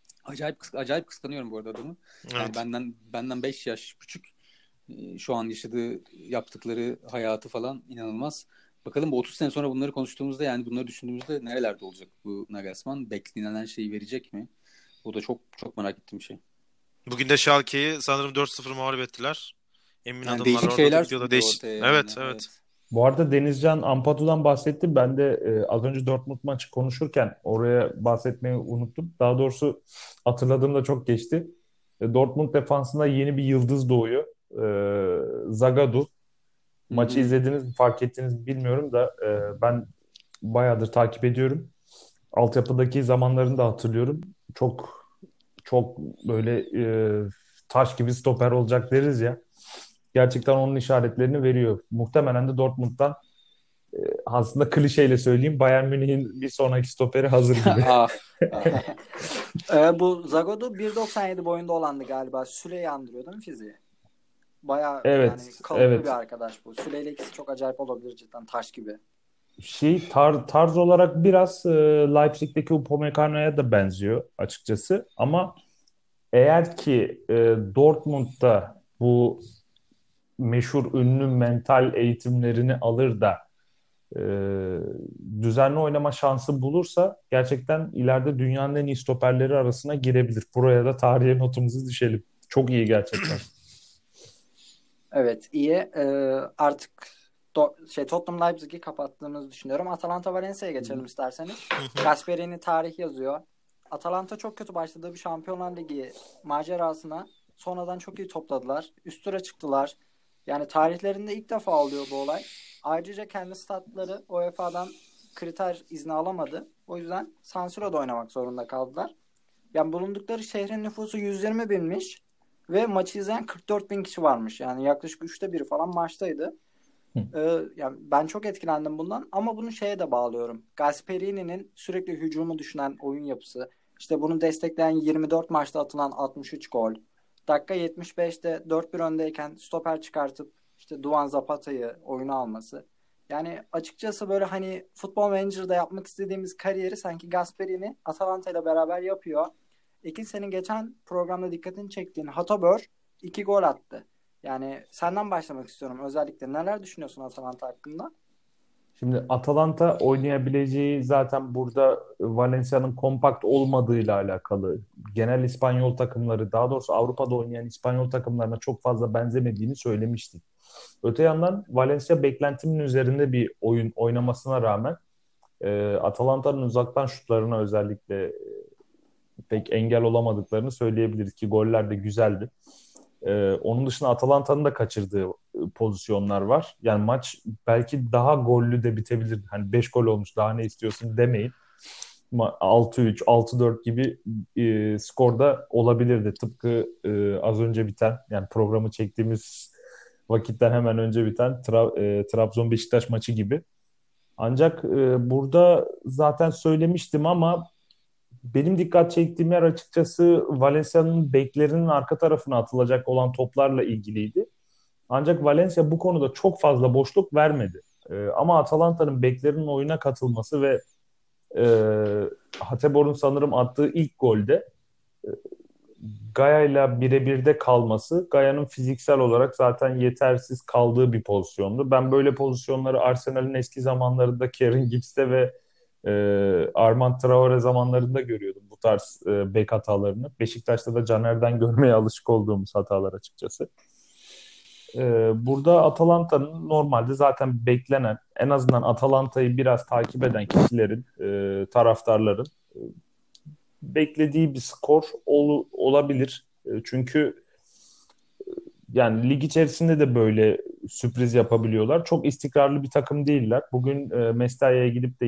Acayip kıskanıyorum bu arada adamı. Evet. Yani benden 5 yaş küçük. Şu an yaptıkları hayatı falan inanılmaz. Bakalım bu 30 sene sonra bunları konuştuğumuzda yani bunları düşündüğümüzde nerelerde olacak bu Nagelsmann? Beklenilen şeyi verecek mi? Bu da çok çok merak ettiğim bir şey. Bugün de Schalke'yi sanırım 4-0 mağlup ettiler. Emin Yani adımlar değişik orada şeyler gidiyorlar. ortaya yani. Evet. Bu arada Denizcan Ampadu'dan bahsetti. Ben de az önce Dortmund maçı konuşurken oraya bahsetmeyi unuttum. Daha doğrusu hatırladığımda çok geçti. Dortmund defansında yeni bir yıldız doğuyor. Zagadou. Maçı izlediniz mi, fark ettiniz mi bilmiyorum da ben bayağıdır takip ediyorum. Altyapıdaki zamanlarını da hatırlıyorum. Çok çok böyle taş gibi stoper olacak deriz ya. Gerçekten onun işaretlerini veriyor. Muhtemelen de Dortmund'dan aslında klişeyle söyleyeyim Bayern Münih'in bir sonraki stoperi hazır gibi. Bu Zagadou 1.97 boyunda olandı galiba. Süle'yi andırıyor değil mi fiziği? Bayağı Evet, yani kalıplı evet. bir arkadaş bu. Süle'yle ikisi çok acayip olabilir cidden, taş gibi. Tarz olarak biraz Leipzig'teki Upamecano'ya da benziyor açıkçası. Ama eğer ki Dortmund'da bu meşhur ünlü mental eğitimlerini alır da e, düzenli oynama şansı bulursa gerçekten ileride dünyanın en iyi stoperleri arasına girebilir. Buraya da tarihe notumuzu düşelim. Çok iyi gerçekten. Evet, iyi. Artık Tottenham Leipzig'i kapattığımızı düşünüyorum. Atalanta Valencia'ya geçelim isterseniz. Gasperini tarih yazıyor. Atalanta çok kötü başladığı bir Şampiyonlar Ligi macerasına sonradan çok iyi topladılar. Üst tura çıktılar. Yani tarihlerinde ilk defa oluyor bu olay. Ayrıca kendi statları UEFA'dan kriter izni alamadı. O yüzden San Siro'da oynamak zorunda kaldılar. Yani bulundukları şehrin nüfusu 120 binmiş ve maçı izleyen 44 bin kişi varmış. Yani yaklaşık 1/3 falan maçtaydı. Yani ben çok etkilendim bundan ama bunu şeye de bağlıyorum. Gasperini'nin sürekli hücumu düşünen oyun yapısı, işte bunu destekleyen 24 maçta atılan 63 gol, dakika 75'te 4-1 öndeyken stoper çıkartıp işte Duan Zapata'yı oyuna alması. Yani açıkçası böyle hani Futbol Manager'da yapmak istediğimiz kariyeri sanki Gasperini Atalanta ile beraber yapıyor. Ekin, senin geçen programda dikkatini çektiğin Hatobör 2 gol attı. Yani senden başlamak istiyorum özellikle. Neler düşünüyorsun Atalanta hakkında? Şimdi Atalanta oynayabileceği zaten burada Valencia'nın kompakt olmadığıyla alakalı. Genel İspanyol takımları, daha doğrusu Avrupa'da oynayan İspanyol takımlarına çok fazla benzemediğini söylemiştik. Öte yandan Valencia beklentimin üzerinde bir oyun oynamasına rağmen Atalanta'nın uzaktan şutlarına özellikle pek engel olamadıklarını söyleyebiliriz ki goller de güzeldi. Onun dışında Atalanta'nın da kaçırdığı pozisyonlar var. Yani maç belki daha gollü de bitebilir. Hani 5 gol olmuş daha ne istiyorsun demeyin. 6-3, 6-4 gibi skorda olabilirdi. Tıpkı az önce biten, yani programı çektiğimiz vakitten hemen önce biten Trabzon-Beşiktaş maçı gibi. Ancak burada zaten söylemiştim ama benim dikkat çektiğim yer açıkçası Valencia'nın beklerinin arka tarafına atılacak olan toplarla ilgiliydi. Ancak Valencia bu konuda çok fazla boşluk vermedi. Ama Atalanta'nın beklerinin oyuna katılması ve e, Hatebor'un sanırım attığı ilk golde Gaya'yla birebirde kalması, Gaya'nın fiziksel olarak zaten yetersiz kaldığı bir pozisyondu. Ben böyle pozisyonları Arsenal'in eski zamanlarında Kieran Gibbs'te ve Armand Traore zamanlarında görüyordum bu tarz bek hatalarını. Beşiktaş'ta da Caner'den görmeye alışık olduğumuz hatalar açıkçası. Burada Atalanta'nın normalde zaten beklenen, en azından Atalanta'yı biraz takip eden kişilerin, taraftarların beklediği bir skor olabilir. Çünkü yani lig içerisinde de böyle sürpriz yapabiliyorlar. Çok istikrarlı bir takım değiller. Bugün Mestalla'ya gidip de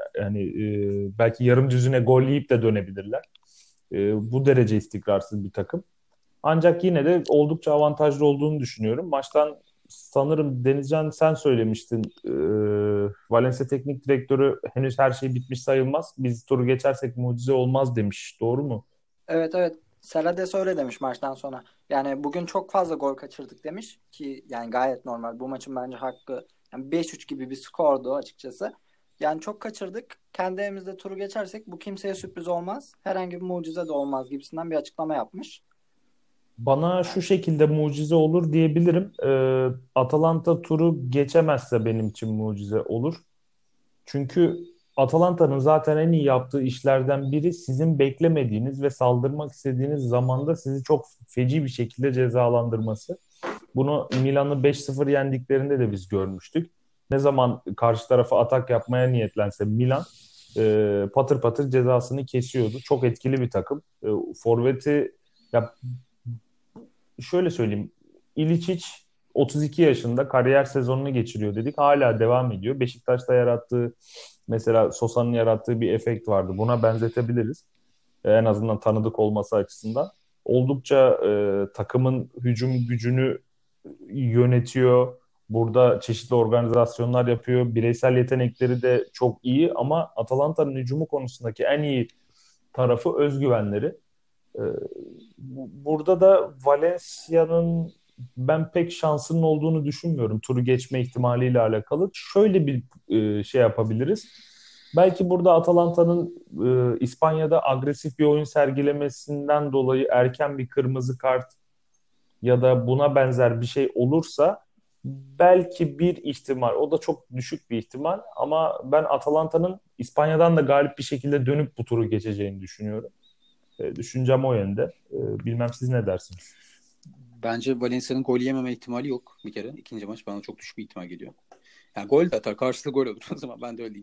belki yarım düzine gol yiyip de dönebilirler. Bu derece istikrarsız bir takım. Ancak yine de oldukça avantajlı olduğunu düşünüyorum. Maçtan sanırım Denizcan sen söylemiştin. Valencia Teknik Direktörü henüz her şey bitmiş sayılmaz. Biz turu geçersek mucize olmaz demiş. Doğru mu? Evet, evet. Selades öyle demiş maçtan sonra. Yani bugün çok fazla gol kaçırdık demiş ki yani gayet normal. Bu maçın bence hakkı, yani 5-3 gibi bir skordu açıkçası. Yani çok kaçırdık. Kendi evimizde turu geçersek bu kimseye sürpriz olmaz. Herhangi bir mucize de olmaz gibisinden bir açıklama yapmış. Bana şu şekilde mucize olur diyebilirim. Atalanta turu geçemezse benim için mucize olur. Çünkü Atalanta'nın zaten en iyi yaptığı işlerden biri sizin beklemediğiniz ve saldırmak istediğiniz zamanda sizi çok feci bir şekilde cezalandırması. Bunu Milan'ı 5-0 yendiklerinde de biz görmüştük. Ne zaman karşı tarafa atak yapmaya niyetlense Milan patır patır cezasını kesiyordu. Çok etkili bir takım. Forvet'i ya şöyle söyleyeyim. İličić 32 yaşında kariyer sezonunu geçiriyor dedik. Hala devam ediyor. Beşiktaş'ta yarattığı, mesela Sosa'nın yarattığı bir efekt vardı. Buna benzetebiliriz. En azından tanıdık olması açısından. Oldukça takımın hücum gücünü yönetiyor. Burada çeşitli organizasyonlar yapıyor. Bireysel yetenekleri de çok iyi ama Atalanta'nın hücumu konusundaki en iyi tarafı özgüvenleri. Ee, Burada da Valencia'nın ben pek şansının olduğunu düşünmüyorum turu geçme ihtimaliyle alakalı. Şöyle bir şey yapabiliriz. Belki burada Atalanta'nın İspanya'da agresif bir oyun sergilemesinden dolayı erken bir kırmızı kart ya da buna benzer bir şey olursa belki bir ihtimal, o da çok düşük bir ihtimal ama ben Atalanta'nın İspanya'dan da galip bir şekilde dönüp bu turu geçeceğini düşünüyorum. Düşüncem o yönde. Bilmem siz ne dersiniz? Bence Valencia'nın gol yememe ihtimali yok bir kere. İkinci maç bana çok düşük bir ihtimal geliyor. Yani gol de atar. Karşılıklı gol olur. O zaman ben de öyle diyeyim.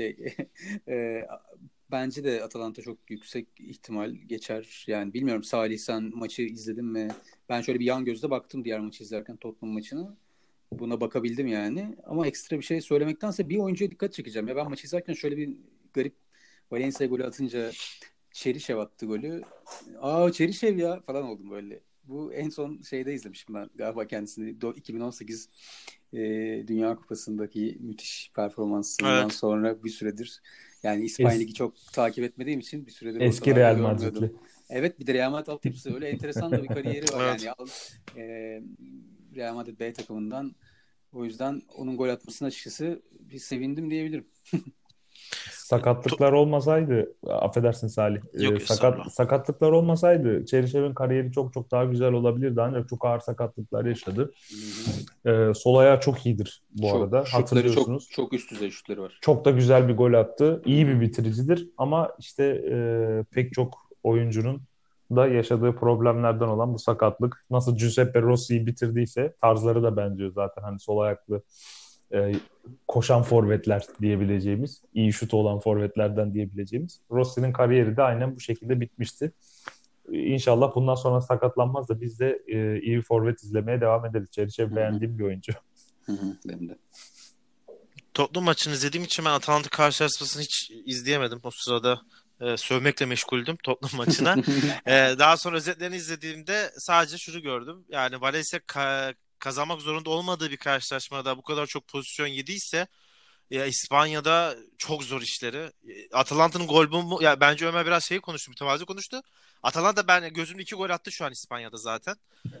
E, bence de Atalanta çok yüksek ihtimal geçer. Yani bilmiyorum, Salih sen maçı izledin mi? Ben şöyle bir yan gözle baktım diğer maçı izlerken, Tottenham maçını. Buna bakabildim yani. Ama ekstra bir şey söylemektense bir oyuncuya dikkat çekeceğim. Ya ben maçı izlerken şöyle bir garip, Valencia golü atınca Çerişev attı golü. Aa, Çerişev ya falan oldum böyle. Bu en son şeyde izlemişim ben galiba kendisini. 2018 Dünya Kupası'ndaki müthiş performansından Evet. sonra bir süredir, yani İspanya Ligi çok takip etmediğim için bir süredir Eski ortalarda Real görmüyordum. Madridli. Evet, bir de Real Madrid altyapısı, öyle enteresan da bir kariyeri var. Evet. Yani Real Madrid B takımından O yüzden onun gol atmasına açıkçası bir sevindim diyebilirim. Sakatlıklar olmasaydı, affedersin Salih, Yok estağfurullah. sakatlıklar olmasaydı Çerişev'in kariyeri çok çok daha güzel olabilirdi. Ancak çok ağır sakatlıklar yaşadı. Sol ayağı çok iyidir bu arada. Şutları Hatırlıyorsunuz. çok üst düzey şutları var. Çok da güzel bir gol attı. İyi bir bitiricidir. Ama işte pek çok oyuncunun da yaşadığı problemlerden olan bu sakatlık. Nasıl Giuseppe Rossi'yi bitirdiyse, tarzları da benziyor zaten. Hani sol ayaklı e, koşan forvetler diyebileceğimiz, iyi şutu olan forvetlerden diyebileceğimiz. Rossi'nin kariyeri de aynen bu şekilde bitmişti. İnşallah bundan sonra sakatlanmaz da biz de iyi bir forvet izlemeye devam ederiz. Çeriçev beğendiğim bir oyuncu. Benim de. Tottenham maçını izlediğim için ben Atalanta karşılaşmasını hiç izleyemedim. O sırada sövmekle meşguldüm Tottenham maçına. Daha sonra özetlerini izlediğimde sadece şunu gördüm. Yani Valencia kazanmak zorunda olmadığı bir karşılaşmada bu kadar çok pozisyon yediyse ya İspanya'da çok zor işleri. Atalanta'nın gol bulma ya bence Ömer biraz şeyi konuştu, mütevazi konuştu. Atalanta ben gözümde 2 gol attı şu an İspanya'da zaten.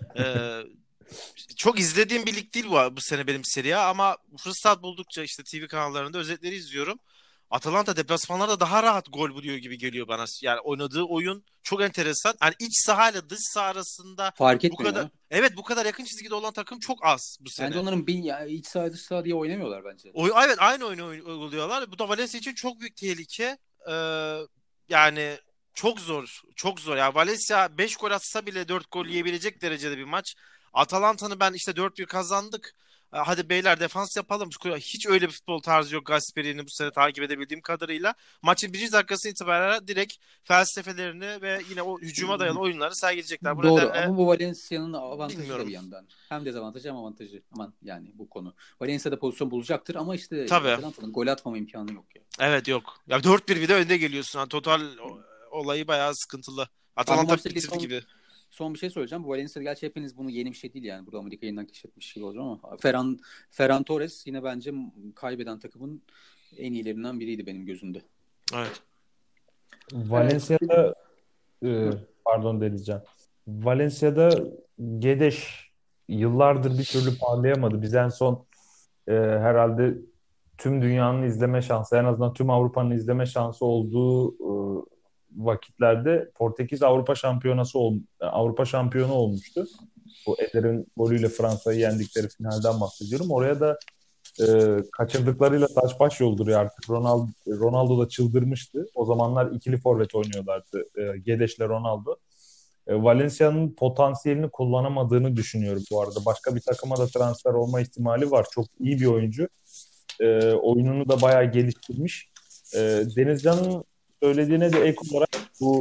Çok izlediğim bir lig değil bu sene benim Serie A ama fırsat buldukça işte TV kanallarında özetleri izliyorum. Atalanta deplasmanlarda daha rahat gol buluyor gibi geliyor bana. Yani oynadığı oyun çok enteresan. Yani iç saha ile dış saha arasında Fark bu etmiyor kadar ya. evet bu kadar yakın çizgide olan takım çok az bu Bence sene. onların iç saha dış saha diye oynamıyorlar bence. Evet aynı oyunu uyguluyorlar. Bu da Valencia için çok büyük tehlike. Yani çok zor. Çok zor. Ya Valencia 5 gol atsa bile 4 gol yiyebilecek derecede bir maç. Atalanta'nı ben işte 4-1 kazandık. Hadi beyler defans yapalım. Hiç öyle bir futbol tarzı yok Gasperi'nin bu sene takip edebildiğim kadarıyla. Maçın birinci dakikası itibaren direkt felsefelerini ve yine o hücuma dayalı oyunları sergileyecekler. Bu Doğru nedenle ama bu Valencia'nın avantajı da bilmiyorum. bir yandan. Hem dezavantajı hem avantajı. Aman yani bu konu. Valencia'da pozisyon bulacaktır ama işte Tabii. Atalanta'nın gol atmama imkanı yok ya. Evet yok. Ya 4-1 bir de önde geliyorsun. Yani total olayı bayağı sıkıntılı. Ben bu Atalanta maçtaki bitirdi gibi. son bir şey söyleyeceğim. Bu Valencia gerçi hepiniz bunu yeni bir şey değil yani. Burada Amerika yeniden keşfetmiş gibi olacağım ama Ferran Torres yine bence kaybeden takımın en iyilerinden biriydi benim gözümde. Evet. Valencia'da pardon Denizcan. Valencia'da Gedeş yıllardır bir türlü parlayamadı. Biz en son herhalde tüm dünyanın izleme şansı, en azından tüm Avrupa'nın izleme şansı olduğu vakitlerde Portekiz Avrupa şampiyonu olmuştu. Bu Eder'in golüyle Fransa'yı yendikleri finalden bahsediyorum. Oraya da kaçırdıklarıyla saç baş yolduruyor artık. Ronaldo da çıldırmıştı. O zamanlar ikili forvet oynuyorlardı. Gedes'le Ronaldo. Valencia'nın potansiyelini kullanamadığını düşünüyorum bu arada. Başka bir takıma da transfer olma ihtimali var. Çok iyi bir oyuncu. Oyununu da bayağı geliştirmiş. Denizcan'ın söylediğine de ek olarak bu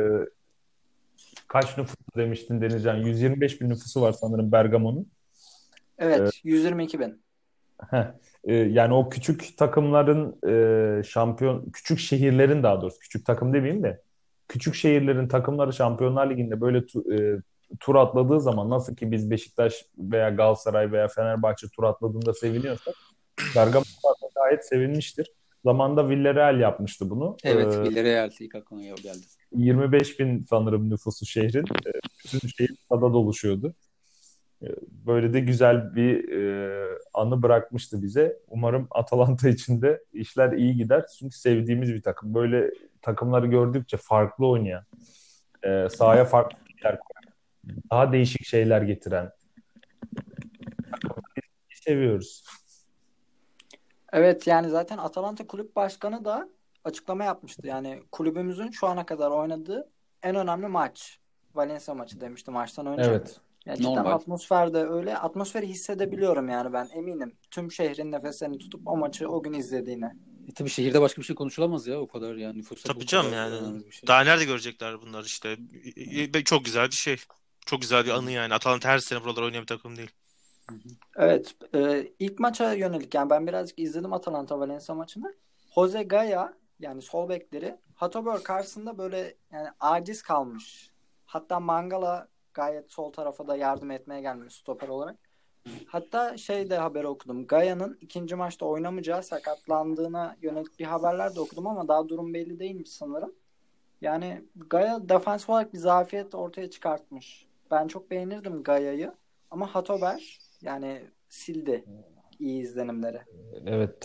kaç nüfusu demiştin Denizcan? 125 bin nüfusu var sanırım Bergamo'nun. Evet, 122 bin. Yani o küçük takımların küçük şehirlerin daha doğrusu küçük takım demeyeyim de küçük şehirlerin takımları Şampiyonlar Ligi'nde böyle tur atladığı zaman nasıl ki biz Beşiktaş veya Galatasaray veya Fenerbahçe tur atladığında seviniyorsak Bergamo gayet sevinmiştir. Zamanında Villarreal yapmıştı bunu. Evet, Villarreal ilk aklıma geldi. 25 bin sanırım nüfusu şehrin. Bütün şehir stada doluşuyordu. Böyle de güzel bir anı bırakmıştı bize. Umarım Atalanta için de işler iyi gider. Çünkü sevdiğimiz bir takım. Böyle takımları gördükçe farklı oynayan, sahaya farklı şeyler koyan, daha değişik şeyler getiren takımları seviyoruz. Evet yani zaten Atalanta kulüp başkanı da açıklama yapmıştı. Yani kulübümüzün şu ana kadar oynadığı en önemli maç Valencia maçı demişti maçtan önce. Evet. Yani cidden Normal. atmosfer de öyle. Atmosferi hissedebiliyorum yani ben eminim. Tüm şehrin nefeslerini tutup o maçı o gün izlediğini. Tabii şehirde başka bir şey konuşulamaz ya o kadar yani nüfusa Tabii bu canım kadar yani. önemli bir şey. Daha nerede görecekler bunlar işte. Çok güzel bir şey. Çok güzel bir anı yani. Atalanta her sene buralar oynayan bir takım değil. Evet. İlk maça yönelik yani ben birazcık izledim Atalanta Valencia maçını. Jose Gaya yani sol bekleri Hateboer karşısında böyle yani aciz kalmış. Hatta Mangala gayet sol tarafa da yardım etmeye gelmiş stoper olarak. Hatta de haberi okudum. Gaya'nın ikinci maçta oynamayacağı sakatlandığına yönelik bir haberler de okudum ama daha durum belli değilmiş sanırım. Yani Gaya defans olarak bir zafiyet ortaya çıkartmış. Ben çok beğenirdim Gaya'yı ama Hatober yani sildi. iyi izlenimleri. Evet,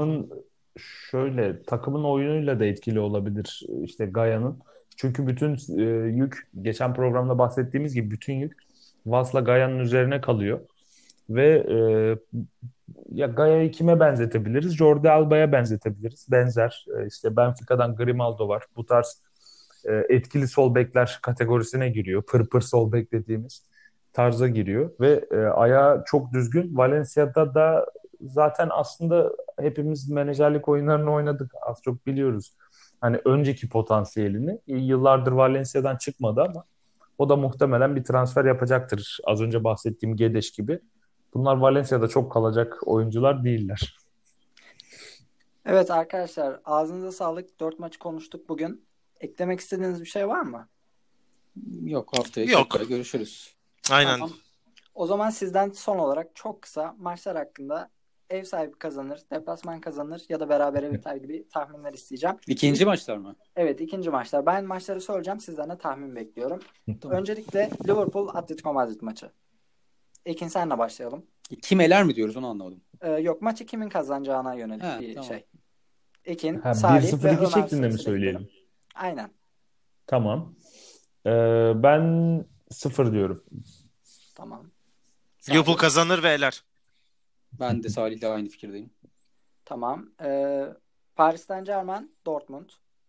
takımın oyunuyla da etkili olabilir işte Gaya'nın. Çünkü bütün yük, geçen programda bahsettiğimiz gibi bütün yük Vass'la Gaya'nın üzerine kalıyor. Ve ya Gaya'yı kime benzetebiliriz? Jordi Alba'ya benzetebiliriz. Benzer. İşte Benfica'dan Grimaldo var. Bu tarz etkili sol bekler kategorisine giriyor. Pırpır sol bek dediğimiz tarza giriyor ve ayağı çok düzgün. Valencia'da da zaten aslında hepimiz menajerlik oyunlarını oynadık. Az çok biliyoruz. Hani önceki potansiyelini. Yıllardır Valencia'dan çıkmadı ama o da muhtemelen bir transfer yapacaktır. Az önce bahsettiğim Gedeş gibi. Bunlar Valencia'da çok kalacak oyuncular değiller. Evet arkadaşlar, ağzınıza sağlık. 4 maçı konuştuk bugün. Eklemek istediğiniz bir şey var mı? Yok, haftaya Yok. tekrar görüşürüz. Aynen. Tamam. O zaman sizden son olarak çok kısa maçlar hakkında ev sahibi kazanır, deplasman kazanır ya da berabere biter gibi tahminler isteyeceğim. İkinci maçlar mı? Evet, ikinci maçlar. Ben maçları söyleyeceğim. Sizden de tahmin bekliyorum. Tamam. Öncelikle Liverpool Atletico Madrid maçı. Ekin, senle başlayalım. Kim eler mi diyoruz, onu anlamadım. Yok, maçı kimin kazanacağına yönelik Ha, bir tamam. şey. Ekin, Ha, Salih ve 1-0-2 Ömer şeklinde mi sırasıyla söyleyelim? gidelim. Aynen. Tamam. Ben 0 diyorum. Tamam. Liverpool Salih. kazanır ve eler. Ben de Salih'le aynı fikirdeyim. Tamam. Paris Saint-Germain, Dortmund.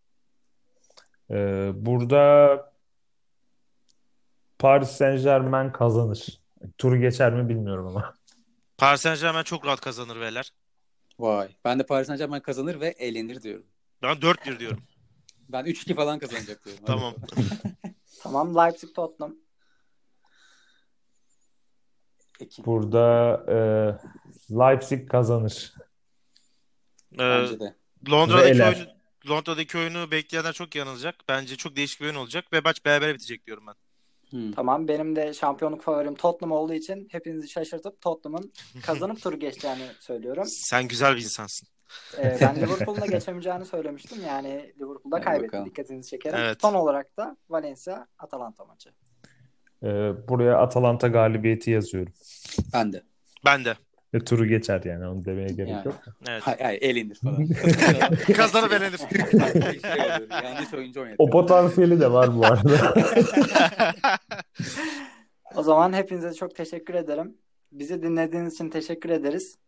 Burada Paris Saint-Germain kazanır. Turu geçer mi bilmiyorum ama. Paris Saint-Germain çok rahat kazanır ve eler. Vay. Ben de Paris Saint-Germain kazanır ve eğlenir diyorum. Ben 4-1 diyorum. Ben 3-2 falan kazanacak diyorum. Tamam. Tamam. Leipzig, Tottenham. Ekin. Burada Leipzig kazanır. Bence de. Londra'daki Ve eler. Londra'daki oyunu bekleyenler çok yanılacak. Bence çok değişik bir oyun olacak ve maç berabere bitecek diyorum ben. Tamam. Benim de şampiyonluk favorim Tottenham olduğu için hepinizi şaşırtıp Tottenham'ın kazanıp turu geçeceğini söylüyorum. Sen güzel bir insansın. Ben Liverpool'un da geçemeyeceğini söylemiştim. Yani Liverpool'da Hadi kaybetti. bakalım. Dikkatinizi çekerim. Evet. Son olarak da Valencia-Atalanta maçı. Buraya Atalanta galibiyeti yazıyorum. Ben de. Ben de. Ve turu geçer yani onu demeye gerek Yani. yok. Evet. Hayır, eğlenir falan. Kazanır ve elenir. Yanlış oyuncu oynadı. O potansiyeli de var bu arada. O zaman hepinize çok teşekkür ederim. Bizi dinlediğiniz için teşekkür ederiz.